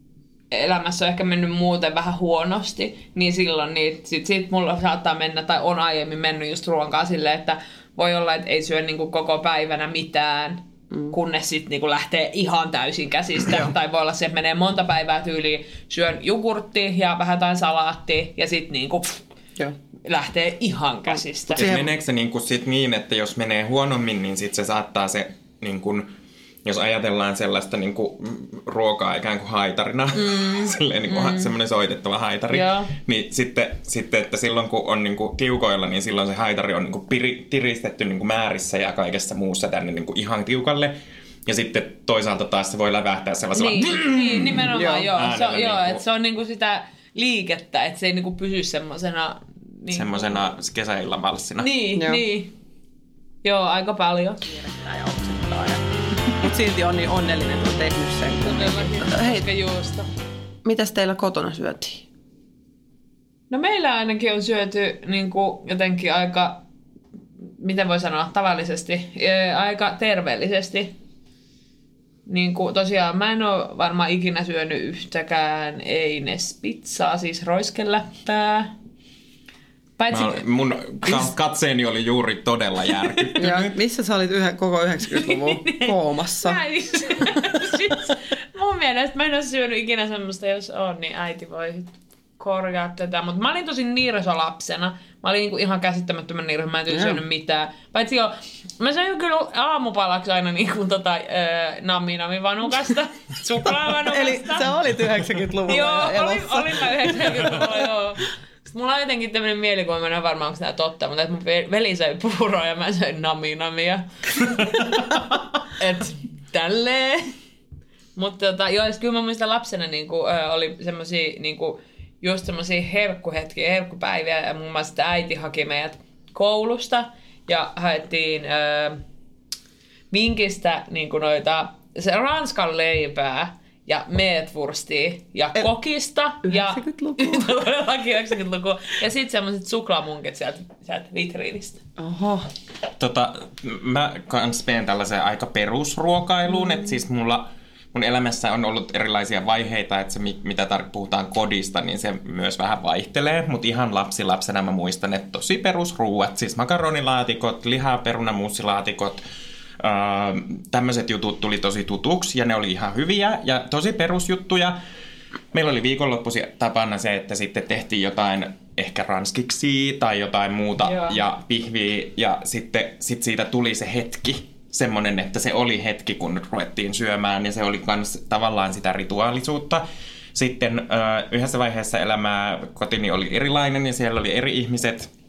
elämässä on ehkä mennyt muuten vähän huonosti, niin silloin niin sit, sit mulla saattaa mennä, tai on aiemmin mennyt just ruokaa silleen, että voi olla, että ei syö niinku koko päivänä mitään, mm. kunnes sitten niinku lähtee ihan täysin käsistä. Tai voi olla se, että menee monta päivää tyyliin, syön jogurttia ja vähän jotain salaattia, ja sitten niinku, lähtee ihan käsistä. Mutta meneekö se niinku sit niin, että jos menee huonommin, niin sit se saattaa se... Niinku, jos ajatellaan sellaista niin kuin, ruokaa ikään kuin haitarina, mm. silleen niin kuin mm. semmoinen soitettava haitari, yeah. niin sitten, sitten, että silloin kun on niin kuin tiukoilla, niin silloin se haitari on niin kuin piri, tiristetty niin kuin määrissä ja kaikessa muussa tänne niin kuin ihan tiukalle. Ja sitten toisaalta taas se voi lävähtää sellaisella... Niin, niin nimenomaan joo. joo. Se on, joo niin kuin, että se on niin kuin sitä liikettä, että se ei niin kuin pysy semmoisena... Niin semmoisena kesäillan valssina. Niin, joo. niin. Joo, aika paljon. Kiirettää ja oksettaa ja... Mutta silti on niin onnellinen, että on tehnyt sen. Todellakin. Hei, juusta. Mitäs teillä kotona syötiin? No meillä ainakin on syöty niin kuin jotenkin aika, miten voi sanoa, tavallisesti, aika terveellisesti. Niin kuin, tosiaan mä en ole varmaan ikinä syönyt yhtäkään Eines-pizzaa, siis roiskeläppää. Paitsi... Mä, mun katseeni oli juuri todella järkyttynyt. Missä sä olit yhä, koko yhdeksänkymmentäluvun koomassa? Siis, mun mielestä mä en ole syönyt ikinä semmoista, jos on, niin äiti voi korjaa tätä. Mutta mä olin tosi nirso lapsena. Mä olin niinku ihan käsittämättömän nirso, mä en tyyli syönyt mitään. Paitsi jo, mä söin kyllä aamupalaksi aina niinku tota, äh, nami-nami-vanukasta, suklaavanukasta. Eli sä olit yhdeksänkymmentäluvulla joo, olin, olin mä yhdeksänkymmentäluvulla, joo. Mulla on jotenkin tämmönen mielikuva, mä en ole varmaan, onko tää totta, mutta että mun veli söi puuroa ja mä söin nami-namia. Et tälleen. Mutta tota, joo, kyllä mä muistan lapsena niinku, ö, oli semmosia niinku, just semmosia herkkuhetkiä, herkkupäiviä, ja muun muassa äiti haki meidät koulusta ja haettiin ö, Minkistä niinku noita, se ranskan leipää ja meetwurstia ja Et, kokista yhdeksänkymmentälukua. ja todellakin yhdeksänkymmentälukua ja sit semmoset suklaamunkit sieltä, sieltä vitriinistä. Oho. Tota, mä kans menen tällaiseen aika perusruokailuun, mm. että siis mulla mun elämässä on ollut erilaisia vaiheita, että se mitä tar- puhutaan kodista, niin se myös vähän vaihtelee, mutta ihan lapsilapsena mä muistan, että tosi perusruuat, siis makaronilaatikot, liha- perunamuussilaatikot, Uh, tämmöiset jutut tuli tosi tutuksi ja ne oli ihan hyviä ja tosi perusjuttuja. Meillä oli viikonloppuisin tapana se, että sitten tehtiin jotain ehkä ranskiksi tai jotain muuta Joo. ja pihviä ja sitten sit siitä tuli se hetki, semmoinen, että se oli hetki, kun ruvettiin syömään ja se oli myös tavallaan sitä rituaalisuutta. Sitten uh, yhdessä vaiheessa elämää kotini oli erilainen ja siellä oli eri ihmiset.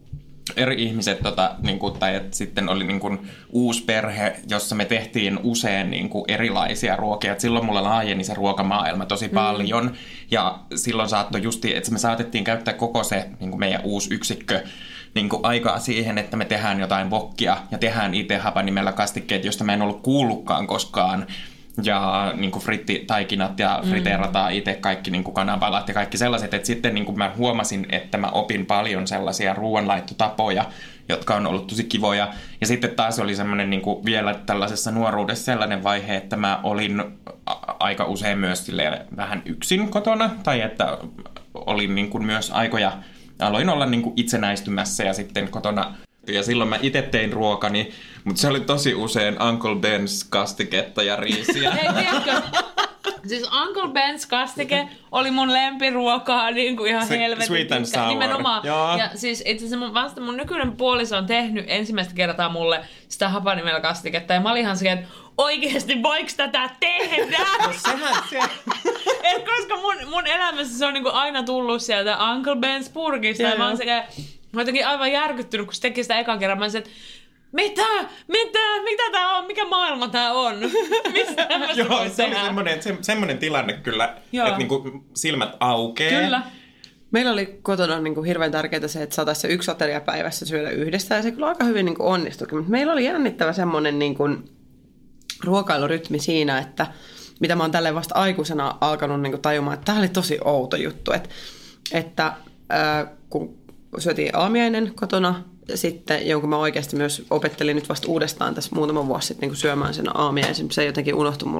eri ihmiset, tota, niin kuin, tai että sitten oli niin kuin, uusi perhe, jossa me tehtiin usein niin kuin, erilaisia ruokia. Et silloin mulla laajeni se ruokamaailma tosi mm. paljon. Ja silloin saattoi justi, että me saatettiin käyttää koko se niin kuin meidän uusi yksikkö niin kuin, aikaa siihen, että me tehdään jotain wokkia ja tehdään itse hapanimellä kastikkeet, josta mä en ollut kuullutkaan koskaan. Ja niin kuin frittitaikinat ja friteerataan itse kaikki niin kuin kananpalat ja kaikki sellaiset. Että sitten niin kuin mä huomasin, että mä opin paljon sellaisia ruoanlaittotapoja, jotka on ollut tosi kivoja. Ja sitten taas oli semmoinen niin kuin vielä tällaisessa nuoruudessa sellainen vaihe, että mä olin a- aika usein myös silleen vähän yksin kotona. Tai että olin niin kuin myös aikoja, aloin olla niin kuin itsenäistymässä ja sitten kotona. Ja silloin mä itse tein ruokani, mutta se oli tosi usein Uncle Ben's kastiketta ja riisiä. Hei, tiedätkö? Siis Uncle Ben's kastike oli mun lempiruokaa niin kuin ihan helvetin. Sweet and sour. Nimenomaan. Joo. Ja siis itse asiassa mun, vasta mun nykyinen puoliso on tehnyt ensimmäistä kertaa mulle sitä hapanimellä kastiketta. Ja mä olin ihan se, että oikeesti voiko tätä tehdä? No sehän se. Et koska mun, mun elämässä se on niin kuin aina tullut sieltä Uncle Ben's purkista. Ja, ja mä oon sekä... Mä oon jotenkin aivan järkyttynyt, kun se teki sitä ekan kerran. Mä olisin, että mitä? Mitä? Mitä tää on? Mikä maailma tää on? Mistä tämmöistä Joo, voi se oli tehdä? semmoinen, se, semmoinen tilanne kyllä, Joo. että niinku silmät aukeaa. Kyllä. Meillä oli kotona niin kuin hirveän tärkeää se, että saataisiin se yksi ateria päivässä syödä yhdessä. Ja se kyllä aika hyvin niin kuin onnistuikin. Mutta meillä oli jännittävä semmoinen niin kuin ruokailurytmi siinä, että mitä mä oon tälleen vasta aikuisena alkanut niin kuin tajumaan, että tää oli tosi outo juttu. Että, että äh, kun syötiin aamiainen kotona, sitten, jonka mä oikeasti myös opettelin nyt vasta uudestaan tässä muutama vuosi sitten niin syömään sen aamiaisen. Se jotenkin unohtui mulle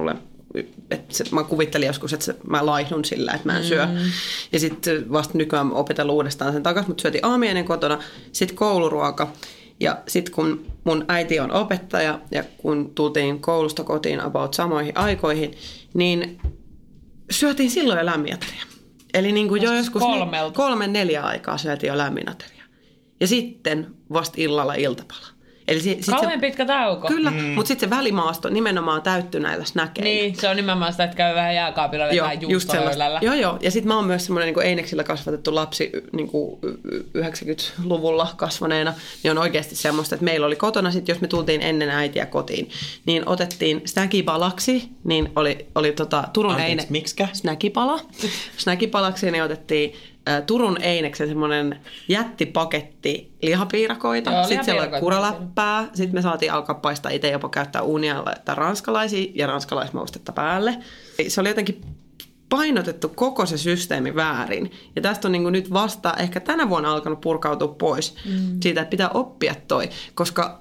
että se, mä kuvittelin joskus, että se, mä laihdun sillä, että mä en syö. Mm. Ja sitten vasta nykyään opetellut uudestaan sen takaisin, mutta syötiin aamiainen kotona, sitten kouluruoka. Ja sitten kun mun äiti on opettaja ja kun tultiin koulusta kotiin about samoihin aikoihin, niin syötiin silloin jo lämminateria. Eli niin kuin jo joskus kolmelta. kolme neljä aikaa syötiin jo lämminateria. Ja sitten vasta illalla iltapala. Eli sit, sit Kauhean se, pitkä tauko. Kyllä, mm. mutta sitten se välimaasto nimenomaan täyttyi näillä snäkeillä. Niin, se on nimenomaan sitä, että käy vähän jääkaapilla vetää juustohöylällä. Joo, joo. Ja sitten mä oon myös semmoinen niin eineksillä kasvatettu lapsi niin kuin yhdeksänkymmentäluvulla kasvaneena. Niin on oikeasti semmoista, että meillä oli kotona, sit, jos me tultiin ennen äitiä kotiin, niin otettiin snäkipalaksi, niin oli, oli tota, Turun Anteeksi, eine... miksikä? Snäkipala. Snäkipalaksi niin otettiin Turun Eineksen semmoinen jättipaketti lihapiirakoita. Joo, sitten siellä oli lihapiirakoita. kuraläppää. Sitten me saatiin alkaa paistaa itse jopa käyttää uunia laittaa ranskalaisia ja ranskalaismaustetta päälle. Se oli jotenkin painotettu koko se systeemi väärin. Ja tästä on niin kuin nyt vasta ehkä tänä vuonna alkanut purkautua pois mm. siitä, että pitää oppia toi. Koska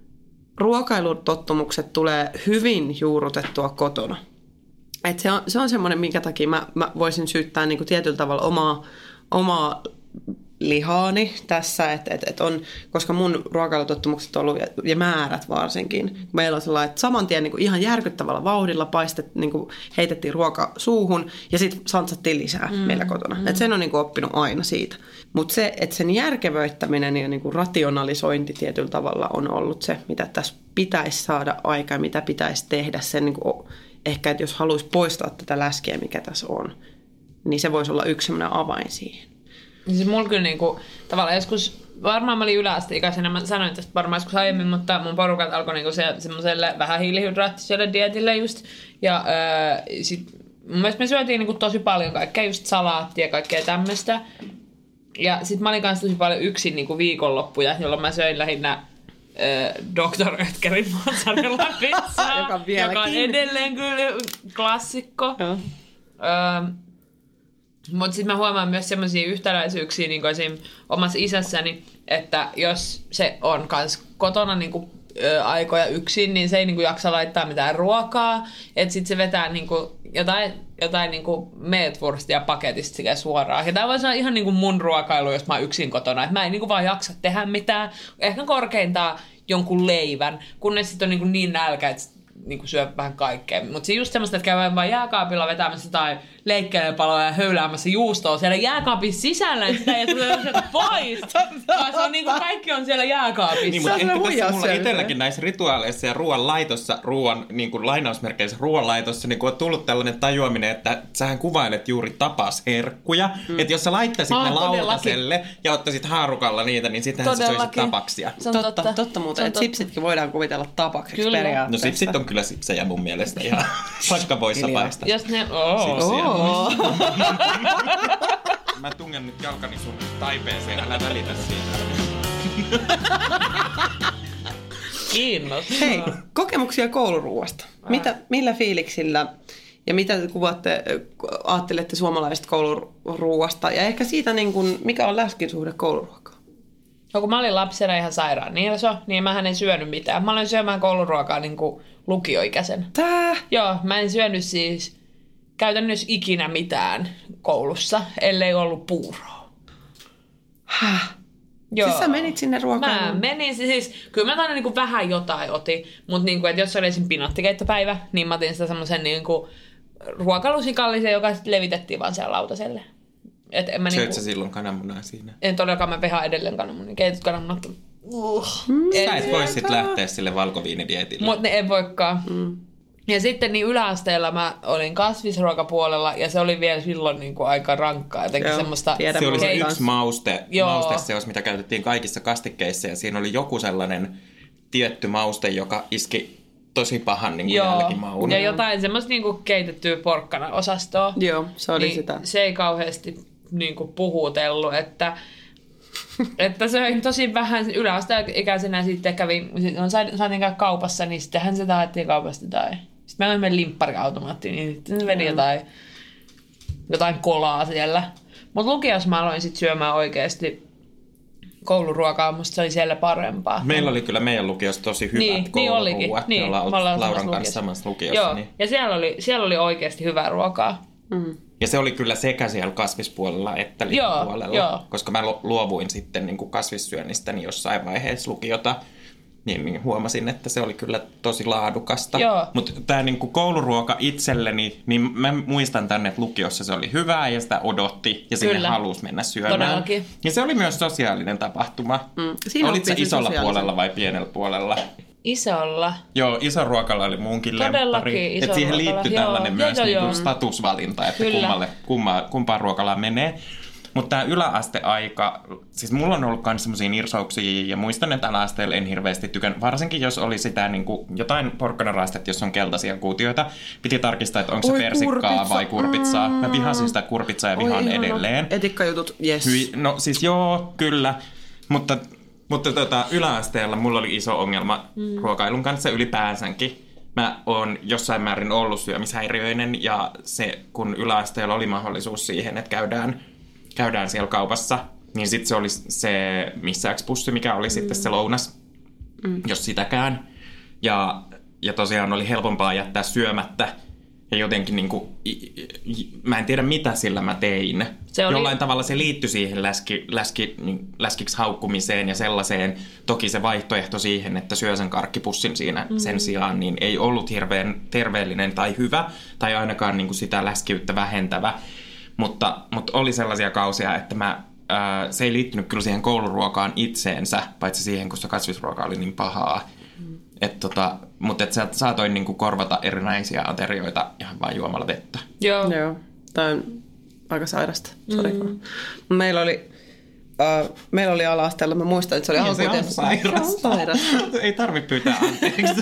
ruokailutottumukset tulee hyvin juurrutettua kotona. Et se on, se on semmoinen, minkä takia mä, mä voisin syyttää niin kuin tietyllä tavalla omaa, omaa lihaani tässä, että et, et on, koska mun ruokailutottumukset on ollut, ja, ja määrät varsinkin. Meillä on sellainen, että saman tien niin kuin ihan järkyttävällä vauhdilla paistet, niin kuin heitettiin ruoka suuhun ja sitten santsattiin lisää mm, meillä kotona. Mm. Et sen on niin kuin oppinut aina siitä. Mutta se, että sen järkevöittäminen ja niin kuin rationalisointi tietyllä tavalla on ollut se, mitä tässä pitäisi saada aikaan, mitä pitäisi tehdä sen niin kuin ehkä, että jos haluaisi poistaa tätä läskiä, mikä tässä on, niin se voisi olla yksi sellainen avain siihen. Siis mulla kyllä niinku, tavallaan joskus, varmaan mä olin yläasteikäisenä, mä sanoin tästä varmaan joskus aiemmin, mutta mun porukat alkoi niinku se, semmoiselle vähän hiilihydraattiselle dietille just. Ja öö, sit mun mielestä me syötiin niinku tosi paljon kaikkea, just salaattia ja kaikkea tämmöistä. Ja sit mä olin kanssa tosi paljon yksin niinku viikonloppuja, jolloin mä söin lähinnä doktor Oetkerin mozzarella pizzaa, joka, joka on edelleen kyllä klassikko. Öö, Mutta sitten mä huomaan myös semmoisia yhtäläisyyksiä niin kuin esim. Omassa isässäni, että jos se on kans kotona niin kuin, ö, aikoja yksin, niin se ei niin kuin, jaksa laittaa mitään ruokaa. Että sitten se vetää niin kuin, jotain, jotain niin kuin meetwurstia paketista sekä suoraan. Ja tämä voisi olla ihan niin kuin mun ruokailu, jos mä oon yksin kotona. Että mä en niin kuin, vaan jaksa tehdä mitään. Ehkä korkeintaan jonkun leivän, kunnes sitten on niin, kuin niin nälkä, että niin syö vähän kaikkea. Mutta se just semmoista, että käy vaan jääkaapilla vetämässä tai leikkelepaloja ja höyläämässä juustoa siellä jääkaapin sisällä, että sitä ei tule sieltä pois. Vaan se on niin kuin kaikki on siellä jääkaapissa. Niin, mutta ehkä tässä mulla itselläkin näissä rituaaleissa ja ruoan laitossa, ruoan niin kuin lainausmerkeissä ruoan laitossa, niin on tullut tällainen tajuaminen, että sähän kuvailet juuri tapasherkkuja. Mm. Että jos sä laittaisit ah, ne lautaselle todellakin. Ja ottaisit haarukalla niitä, niin sittenhän sä söisit tapaksia. Totta, totta, totta muuten. Että sipsitkin voidaan kuvitella tapakseksi periaatteessa. No sipsit on kyllä sipsejä mun mielestä ihan vaikka voissa paistaa. Jos ne... Oh. Oh. Mä tungen nyt jalkani sun taipeeseen, älä välitä siitä. Kiinnostaa. Hei, kokemuksia kouluruuasta. Mitä, millä fiiliksillä ja mitä te kuvatte, ajattelette suomalaisesta kouluruuasta ja ehkä siitä, niin kuin, mikä on läskin suhde kouluruokaan? No, kun mä olin lapsena ihan sairaan nilso, niin mähän en syönyt mitään. Mä olin syömään kouluruokaa niin kuin lukioikäisen. Tää? Joo, mä en syönyt siis käytännössä ikinä mitään koulussa, ellei ollut puuroa. Häh? Joo. Siis sä menit sinne ruokailuun? Mä menin, siis kyllä mä aina niin vähän jotain otin, mutta niin kuin, että jos oli esim. Pinottikeittopäivä, niin mä otin sitä semmoisen niin ruokailusikallisen, joka sitten levitettiin vaan siellä lautaselle. Et en mä Söit niinku, sä silloin kananmunaa siinä? En todellakaan, mä pehaan edelleen kananmunia. Keityt kananmunat. Uh, sä et voi sit lähteä sille valkoviinidietille. Mutta ne ei voikaan. Mm. Ja sitten niin yläasteella mä olin kasvisruokapuolella ja se oli vielä silloin niin kuin aika rankkaa. Jotenkin semmoista se oli se yksi mauste, mausteseos, mitä käytettiin kaikissa kastikkeissa ja siinä oli joku sellainen tietty mauste, joka iski tosi pahan niin kuin jälkimaun. Ja jotain semmoista niin kuin keitettyä porkkana-osastoa. Joo, se oli niin sitä. Se ei kauheasti niin kuin puhutellut, että että söin tosi vähän yläasteikäisenä sitten kävin, saatiin käydä kaupassa, niin sittenhän se haettiin kaupasta tai sitten mä olin limppariautomaattiin, niin sitten se vedi jotain, jotain kolaa siellä. Mutta lukiossa mä aloin sitten syömään oikeasti kouluruokaa, musta se oli siellä parempaa. Meillä oli kyllä meidän lukiossa tosi hyvät niin, kouluruuat. Niin, Me ollaan me ollaan Lauran samassa kanssa lukiossa. samassa lukiossa. Joo, Niin. ja siellä oli, siellä oli oikeasti hyvää ruokaa. Mm. Ja se oli kyllä sekä siellä kasvispuolella että lihapuolella, Joo, joo. koska mä luovuin sitten niin kuin kasvissyönnistäni jossain vaiheessa lukiota, niin, niin huomasin, että se oli kyllä tosi laadukasta. Mutta tämä niin kuin kouluruoka itselleni, niin mä muistan tänne, että lukiossa se oli hyvää ja sitä odotti ja sinne Kyllä. halusi mennä syömään. Todellakin. Ja se oli myös sosiaalinen tapahtuma. Mm. Siinä Olit sä oppii sen isolla sosiaalisen. puolella vai pienellä puolella? Isolla. Joo, iso ruokala oli muunkin Todellakin lemppari. iso Et siihen ruokala. liittyy Joo, tällainen joo, myös joo, niinku joo. statusvalinta, että Kyllä. kummalle, kumma, kumpaan ruokalaan menee. Mutta tämä yläasteaika, siis mulla on ollut myös semmoisia nirsauksia ja muistan, että yläasteella en hirveästi tykän. Varsinkin jos oli sitä niinku, jotain porkkanaraastetta, jos on keltaisia kuutioita. Piti tarkistaa, että onko se Oi, persikkaa kurpitsa. vai kurpitsaa. Mä vihasin sitä kurpitsaa ja vihaan Oi, ihana. edelleen. Etikkajutut, yes. Hyi, no siis joo, kyllä. Mutta, mutta tota, yläasteella mulla oli iso ongelma mm. ruokailun kanssa ylipäänsäkin. Mä oon jossain määrin ollut syömishäiriöinen ja se, kun yläasteella oli mahdollisuus siihen, että käydään, käydään siellä kaupassa, niin sitten se oli se missäkspussi, mikä oli mm. sitten se lounas, mm. jos sitäkään. Ja, ja tosiaan oli helpompaa jättää syömättä. Ja jotenkin niinku, mä en tiedä mitä sillä mä tein. Se oli... Jollain tavalla se liittyi siihen läski, läski, niin, läskiksi haukkumiseen ja sellaiseen. Toki se vaihtoehto siihen, että syö sen karkkipussin siinä mm. sen sijaan, niin ei ollut hirveän terveellinen tai hyvä. Tai ainakaan niinku sitä läskiyttä vähentävä. Mutta, mutta oli sellaisia kausia, että mä, ää, se ei liittynyt kyllä siihen kouluruokaan itseensä, paitsi siihen, kun se kasvisruoka oli niin pahaa. Mm. Et tota, mutta et sä saatoin niinku korvata erinäisiä aterioita ihan vain juomalla vettä. Joo. Joo. Tämä on aika sairasta. Mm. Meillä oli, äh, meillä oli ala-asteella, mä muistan, että se oli Niin, se on sairasta. Se on sairasta. Ei tarvitse pyytää anteeksi.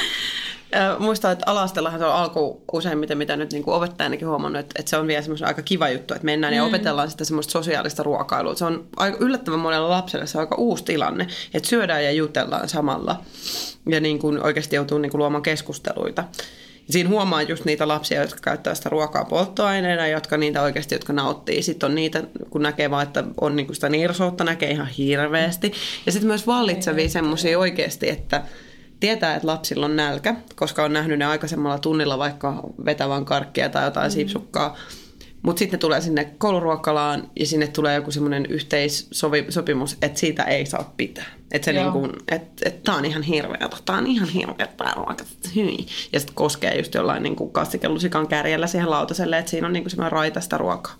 Äh, muistan, että ala-asteellahan se on alku useimmiten, mitä nyt niin kuin opettajanakin huomannut, että, että se on vielä semmoinen aika kiva juttu, että mennään mm. ja opetellaan sitä semmoista sosiaalista ruokailua. Se on aika yllättävän monella lapsella, se on aika uusi tilanne, että syödään ja jutellaan samalla ja niin kuin oikeasti joutuu niin kuin luomaan keskusteluita. Siinä huomaa just niitä lapsia, jotka käyttää sitä ruokaa polttoaineena, jotka niitä oikeasti, jotka nauttii. Sitten on niitä, kun näkee vaan, että on niinku sitä nirsoutta, näkee ihan hirveästi. Ja sitten myös vallitsevia semmoisia oikeasti, että tietää, että lapsilla on nälkä, koska on nähnyt ne aikaisemmalla tunnilla vaikka vetävän karkkia tai jotain mm. siipsukkaa. Mutta sitten ne tulee sinne kouluruokalaan ja sinne tulee joku semmoinen yhteissopimus, että siitä ei saa pitää. Että se niinku, et, et tää on ihan hirveätä, tää on ihan hirveätä ruokaa, hyi. Ja sitten koskee just jollain niinku kastikellusikan kärjellä siihen lautaselle, että siinä on niinku semmoinen raitaista ruokaa.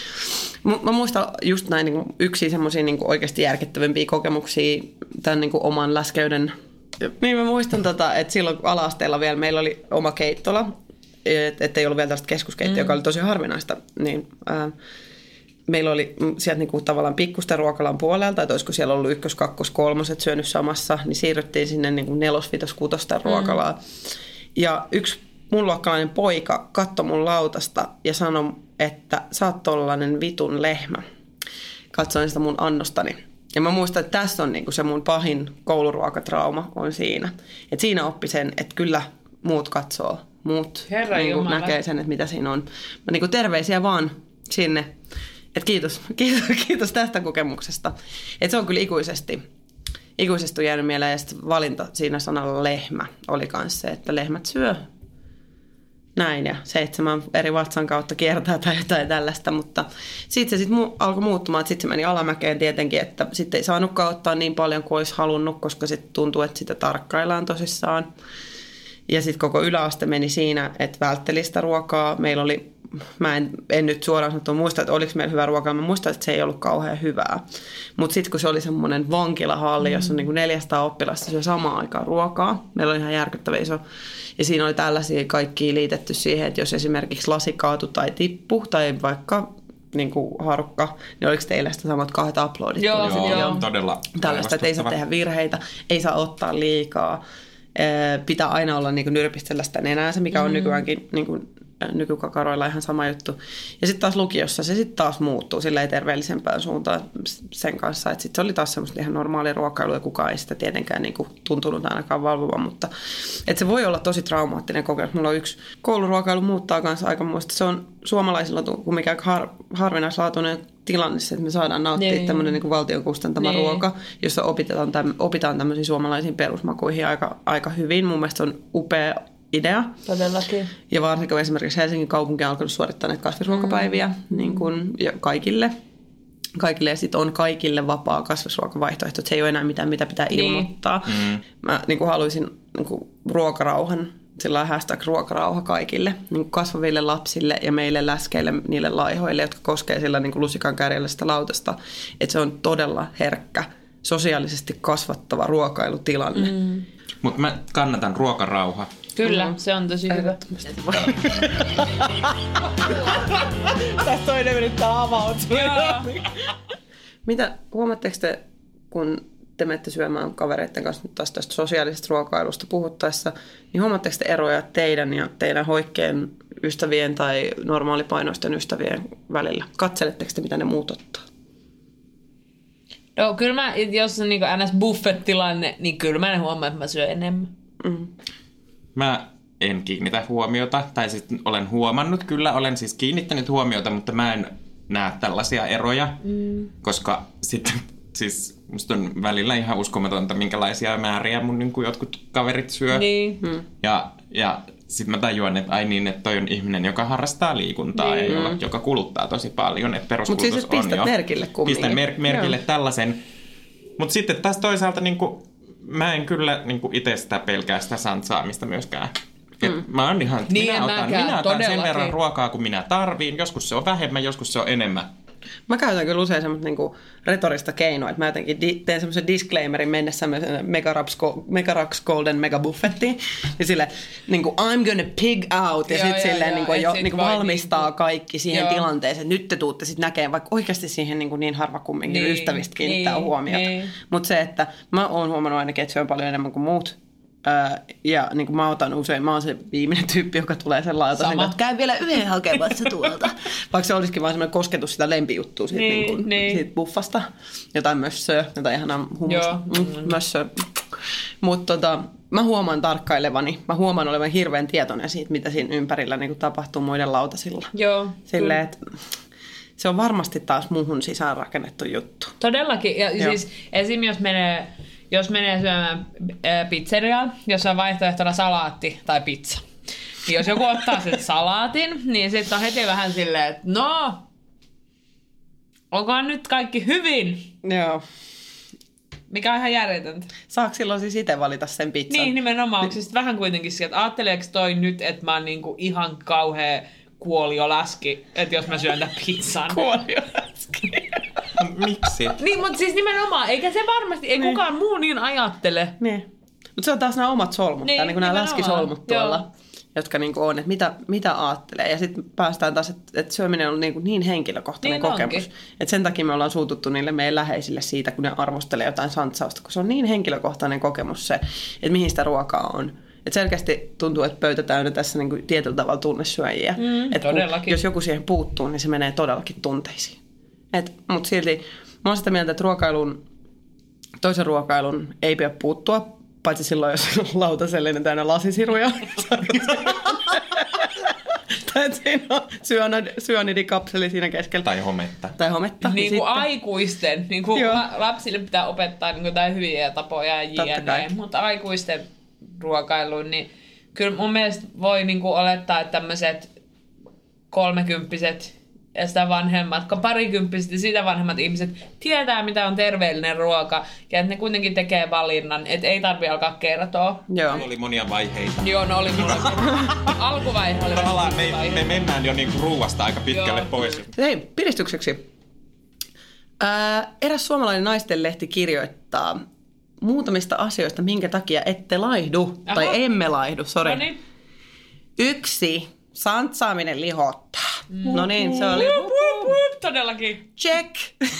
Mä muistan just näin niinku yksiä semmoisia niinku oikeasti järkyttävimpiä kokemuksia tämän niinku oman läskeyden. Niin mä muistan, tota, että silloin ala-asteella vielä meillä oli oma keittola, että ei ollut vielä tällaista keskuskeittiä, mm. joka oli tosi harvinaista, niin ää, meillä oli sieltä niinku tavallaan pikkusten ruokalan puolelta, että olisiko siellä ollut ykkös, kakkos, kolmoset syönyt samassa, niin siirryttiin sinne niinku nelos, vitos, kutosten ruokalaan. Mm. Ja yksi mun luokkalainen poika katsoi mun lautasta ja sanoi, että sä oot tollainen vitun lehmä. Katsoin sitä mun annostani. Ja mä muistan, että tässä on niinku se mun pahin kouluruokatrauma on siinä. Että siinä oppi sen, että kyllä muut katsoo. Muut niin näkee sen, että mitä siinä on. Mä niin kuin terveisiä vaan sinne. Et kiitos, kiitos, kiitos tästä kokemuksesta. Et se on kyllä ikuisesti, ikuisesti jäänyt mieleen. Ja sitten valinta siinä sanalla lehmä oli myös se, että lehmät syö näin ja seitsemän eri vatsan kautta kiertää tai jotain tällaista. Mutta sitten se sitten mu- alkoi muuttumaan, että sitten se meni alamäkeen tietenkin, että sitten ei saanutkaan ottaa niin paljon kuin olisi halunnut, koska sitten tuntuu, että sitä tarkkaillaan tosissaan. Ja sitten koko yläaste meni siinä, että vältteli sitä ruokaa. Meillä oli, mä en, en nyt suoraan sanottu muista, että oliko meillä hyvää ruokaa. Mä muistan, että se ei ollut kauhean hyvää. Mutta sitten kun se oli semmoinen vankilahalli, mm. jossa on niinku neljäsataa oppilasta syö samaan aikaan ruokaa. Meillä oli ihan järkyttävä iso. Ja siinä oli tällaisia kaikkia liitetty siihen, että jos esimerkiksi lasi kaatu tai tippu tai vaikka niin kuin harukka, niin oliko teillä sitä samat kahdet uploadit? Joo, joo, joo. joo. Todella. Tällaista, että ei saa tehdä virheitä, ei saa ottaa liikaa. Pitää aina olla niin kuin nyrpistellä sitä nenäänsä, mikä on mm. nykyäänkin niin kuin, nykykakaroilla ihan sama juttu. Ja sitten taas lukiossa se sitten taas muuttuu silleen terveellisempään suuntaan sen kanssa. Että sitten se oli taas semmoista ihan normaalia ruokailua ja kukaan ei sitä tietenkään niin kuin tuntunut ainakaan valvovan. Mutta että se voi olla tosi traumaattinen kokemus. Mulla on yksi kouluruokailu muuttaa kanssa aika muista. Se on suomalaisilla kumminkin aika har, harvinaislaatuinen tilanne, että me saadaan nauttia Niin. tämmöinen niin kuin valtion kustantama Niin. ruoka, jossa opitaan, täm, opitaan tämmöisiin suomalaisiin perusmakuihin aika, aika hyvin. Mun mielestä se on upea idea. Todellakin. Ja varsinkin kun esimerkiksi Helsingin kaupunki on alkanut suorittaa näitä kasvisruokapäiviä mm. niin kuin, ja kaikille. Kaikille ja sitten on kaikille vapaa kasvisruokavaihtoehto. Se ei ole enää mitään, mitä pitää Niin. ilmoittaa. Mm. Mä niin kuin haluaisin niin kuin ruokarauhan, sillä lailla hashtag ruokarauha kaikille, niin kuin kasvaville lapsille ja meille läskeille, niille laihoille, jotka koskee sillä niin kuin lusikan kärjellä sitä lautasta. Että se on todella herkkä, sosiaalisesti kasvattava ruokailutilanne. Mm. Mutta mä kannatan ruokarauha. Kyllä, mm. se on tosi hyvä. Tästä toinen yrittää avautua. Mitä huomaatteko te, kun te menette syömään kavereiden kanssa nyt taas tästä sosiaalisesta ruokailusta puhuttaessa, niin huomaatteko te eroja teidän ja teidän hoikkeen ystävien tai normaalipainoisten ystävien välillä? Katseletteko te, mitä ne muut ottaa? No kyllä mä, jos on niinku ns. Buffet-tilanne, niin kyllä mä en huomaa, että mä syön enemmän. Mm. Mä en kiinnitä huomiota, tai sitten olen huomannut, kyllä olen siis kiinnittänyt huomiota, mutta mä en näe tällaisia eroja, mm. koska sitten siis musta on välillä ihan uskomatonta, minkälaisia määriä mun niin kuin jotkut kaverit syö. Niin. Mm. Ja, ja sitten mä tajuan, että ai niin, että toi on ihminen, joka harrastaa liikuntaa niin. ja joka, joka kuluttaa tosi paljon, että peruskulutus siis on pistät jo. merkille kumminkin. Pistän mer- merkille Joo. tällaisen. Mutta sitten taas toisaalta niin kuin, mä en kyllä niin kuin itse sitä pelkää sitä santsaamista myöskään. Mm. Mä oon ihan, niin minä otan, minä otan sen verran ruokaa, kun minä tarviin. Joskus se on vähemmän, joskus se on enemmän. Mä käytän kyllä usein semmoista niinku retorista keinoa, että mä jotenkin di- teen semmoisen disclaimerin mennessä Megaraps Golden Mega Buffettiin. Ja sille niinku I'm gonna pig out. Ja joo, sitten silleen joo, niinku, jo, jo, niinku valmistaa niinku, kaikki siihen joo. tilanteeseen. Nyt te tuutte sitten näkemään, vaikka oikeasti siihen niinku niin harva kumminkin niin, ystävistä kiinnittää niin, huomiota. Niin. Mutta se, että mä oon huomannut ainakin, että se on paljon enemmän kuin muut. Öö, ja niin kuin mä otan usein, mä oon se viimeinen tyyppi, joka tulee sellainen, että käy vielä yhden hakemassa tuolta. Vaikka se olisikin vaan semmoinen kosketus sitä lempijuttua siitä, niin, niin kuin, niin. siitä buffasta. Jotain mössöä, jotain ihanaa hummusta. Mm, mössöä. Mutta tota, mä huomaan tarkkailevani, mä huomaan olevan hirveän tietoinen siitä, mitä siinä ympärillä niin kuin tapahtuu muiden lautasilla. Joo. Silleen, että se on varmasti taas muuhun sisään rakennettu juttu. Todellakin. Ja Joo. siis esim. jos menee... Jos menee syömään pizzeriaan, jossa on vaihtoehtona salaatti tai pizza. Niin jos joku ottaa sen salaatin, niin sitten on heti vähän silleen, että no, onkohan nyt kaikki hyvin? Joo. Mikä on ihan järjetöntä. Saako silloin siis itse valita sen pizzan? Niin, nimenomaan. Onko siis vähän kuitenkin sieltä, että ajatteleeko toi nyt, että mä oon niinku ihan kauhea kuolioläski, että jos mä syön tämän pizzan. Kuolioläski. Miksi? Niin, mutta siis nimenomaan, eikä se varmasti, ei niin. kukaan muu niin ajattele. Niin. Mutta se on taas nämä omat solmut, niin, niin nämä läskisolmut tuolla, Joo. jotka niinku on, että mitä, mitä ajattelee. Ja sitten päästään taas, että et syöminen on niin, niin henkilökohtainen niin kokemus. Että sen takia me ollaan suututtu niille meidän läheisille siitä, kun ne arvostelee jotain santsausta, kun se on niin henkilökohtainen kokemus se, että mihin sitä ruokaa on. Että selkeästi tuntuu, että pöytä täynnä tässä niinku tietyllä tavalla tunnesyöjiä. Mm, että jos joku siihen puuttuu, niin se menee todellakin tunteisiin. Mutta silti mä oon sitä mieltä, että ruokailun, toisen ruokailun ei pidä puuttua, paitsi silloin, jos on lautasellinen täynnä lasisiruja. Tai että siinä on syanidikapseli siinä keskellä. Tai hometta. Tai hometta. Niin kuin aikuisten. Niin kuin lapsille pitää opettaa niin kuin jotain hyviä tapoja ja jne. Mutta aikuisten ruokailuun, niin kyllä mun mielestä voi niin kuin olettaa, että tämmöiset kolmekymppiset ja sitä vanhemmat, parikymppiset ja sitä vanhemmat ihmiset tietää, mitä on terveellinen ruoka ja että ne kuitenkin tekee valinnan, että ei tarvitse alkaa kertoa. Joo. Oli monia vaiheita. Joo, no oli monia. Alkuvaihe oli tavallaan me, me mennään jo niinku ruuasta aika pitkälle Joo. pois. Hei, piristykseksi. Ää, eräs suomalainen naistenlehti kirjoittaa muutamista asioista, minkä takia ette laihdu. Aha. Tai emme laihdu, sori. Noniin. Yksi, santsaaminen lihottaa. Mm. No niin, se oli... Wup, wup, wup, todellakin. Check.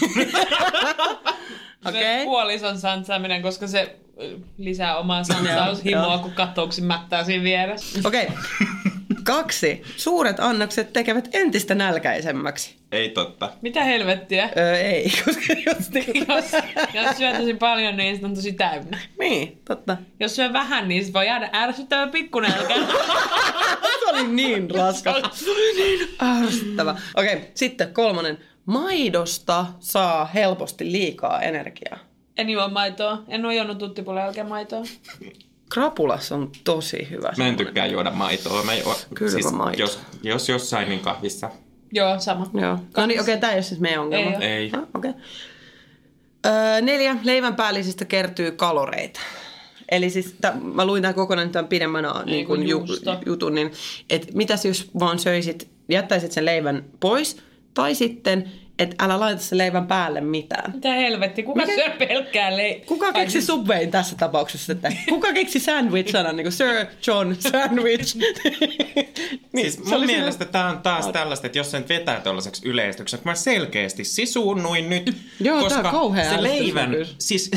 Okay. Puolison santsaaminen, koska se lisää omaa santsaushimoa, kun kattouksin mättää siinä vieressä. Okei. Okay. Kaksi. Suuret annokset tekevät entistä nälkäisemmäksi. Ei totta. Mitä helvettiä? Öö, ei, koska jos... jos, jos syö tosi paljon, niin se on tosi täynnä. Niin, totta. Jos syö vähän, niin se voi jäädä ärsyttävä pikkunälkä. Se oli niin raskas. Se oli niin ärsyttävä. Okei, okay, sitten kolmonen. maidosta saa helposti liikaa energiaa. En juo maitoa. En ole juonut tuttipuolen jälkeen maitoa. Krapulassa on tosi hyvä. Mä en tykkää juoda maitoa. Mä juo, Kylmä siis, maito. Jos, jos jossain, niin kahvissa. Joo, sama. Joo. No niin, okei, okay, tää ei ole siis meidän ongelma. Ei Ei. Ah, okei. Okay. Öö, neljä, leivän päällisistä kertyy kaloreita. Eli siis, t- mä luin tämän kokonaan tämän pidemmän niin kuin ju- jutun, niin että mitäs jos vaan söisit, jättäisit sen leivän pois, tai sitten, että älä laita sen leivän päälle mitään. Mitä helvetti, kuka Mikä? syö pelkkää leivää? Kuka keksi Subwayn tässä tapauksessa? Että kuka keksi sandwich-sanan, niin kuin Sir John Sandwich? niin, siis mun mielestä tää on taas tällaista, että jos sen vetää tollaiseksi yleistykseksi, mä selkeästi sisuunnuin nyt, Joo, koska tää on kauhea se älystys leivän, kyllä. siis...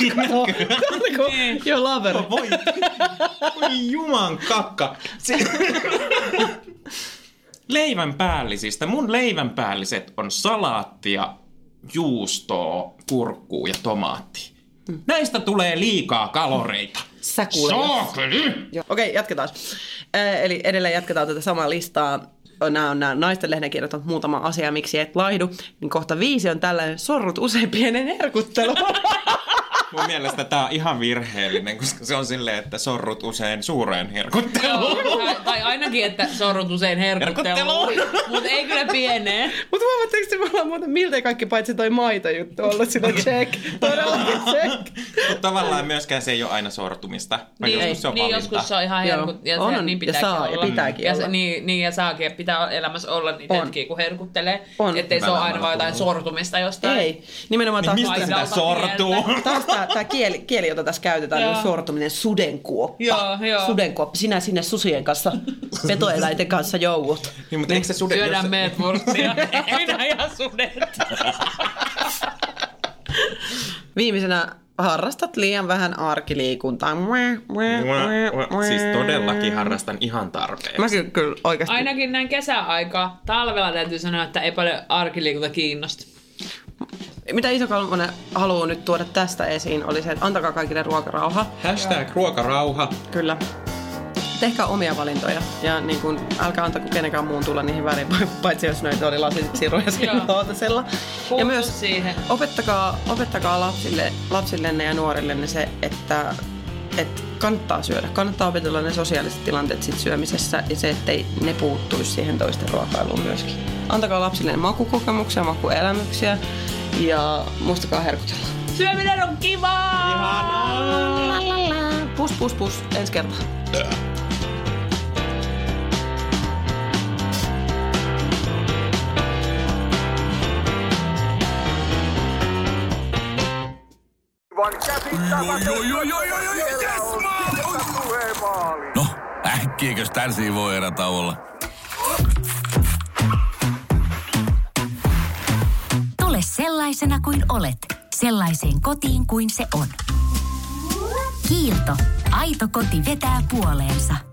Joo, laveri. Voi, voi juman kakka. Se... Leivän päällisistä. Mun leivän päälliset on salaattia, juustoa, kurkkuu ja tomaatti. Mm. Näistä tulee liikaa kaloreita. Sä kuulet. Okei, okay, jatketaan. Äh, eli edelleen jatketaan tätä samaa listaa. Nämä on nämä naisten lehden kirjoittamat muutama asia, miksi et laihdu. Niin kohta viisi on tällainen sorrut usein pienen herkuttelu. Mun mielestä tää on ihan virheellinen, koska se on silleen, että sorrut usein suureen herkutteluun. tai, tai ainakin, että sorrut usein herkutteluun. Mutta ei kyllä pieneen. Mutta huomatteko, että me ollaan muuten miltei kaikki paitsi toi maitojuttu ollut sitä check. Todellakin check. Mutta tavallaan myöskään se ei ole aina sortumista. Niin, joskus se on niin valinta. joskus se on ihan herkut. Ja, on, se, on. niin Ja pitääkin saa, ja olla. pitääkin ja olla. Se, niin, niin, ja saakin, että pitää elämässä olla niitä On. hetkiä, kun herkuttelee. On. Ettei se ole aina vaan jotain puhuu. sortumista jostain. Ei. Nimenomaan taas, Mistä sitä Laidalta sortuu? pientä. taas tämä, tämä kieli, kieli, jota tässä käytetään, Joo. on sortuminen sudenkuoppa. Joo, joo. Sudenkuoppa. Sinä sinne susien kanssa, petoeläinten kanssa joudut. Niin, mutta eikö se sude, Syödään jos- meetwurstia. Minä ja sudet. Viimeisenä harrastat liian vähän arkiliikuntaa. Siis todellakin harrastan ihan tarpeeksi. Mä kyllä, kyllä oikeasti. Ainakin näin kesäaikaa. Talvella täytyy sanoa, että ei paljon arkiliikunta kiinnosta. Mitä Iso Kalmonen haluaa nyt tuoda tästä esiin, oli se, että antakaa kaikille ruokarauha. Hashtag ruokarauha. Kyllä. Tehkää omia valintoja ja niin kun, älkää antako kenenkään muun tulla niihin väriin, paitsi jos noita oli lasisiruja siinä Joo. lautasella. Ja Puutu myös siihen. opettakaa, opettakaa lapsille, lapsillenne ja nuorillenne se, että, että kannattaa syödä. Kannattaa opetella ne sosiaaliset tilanteet sit syömisessä ja se, ettei ne puuttuisi siihen toisten ruokailuun myöskin. Antakaa lapsille makukokemuksia, makuelämyksiä ja muistakaa herkutella. Syöminen on kivaa! Ihanaa! Pus, pus, pus. Ensi kertaa. No, äkkiäkös tän voi erätä olla? Tule sellaisena kuin olet, sellaiseen kotiin kuin se on. Kiilto. Aito koti vetää puoleensa.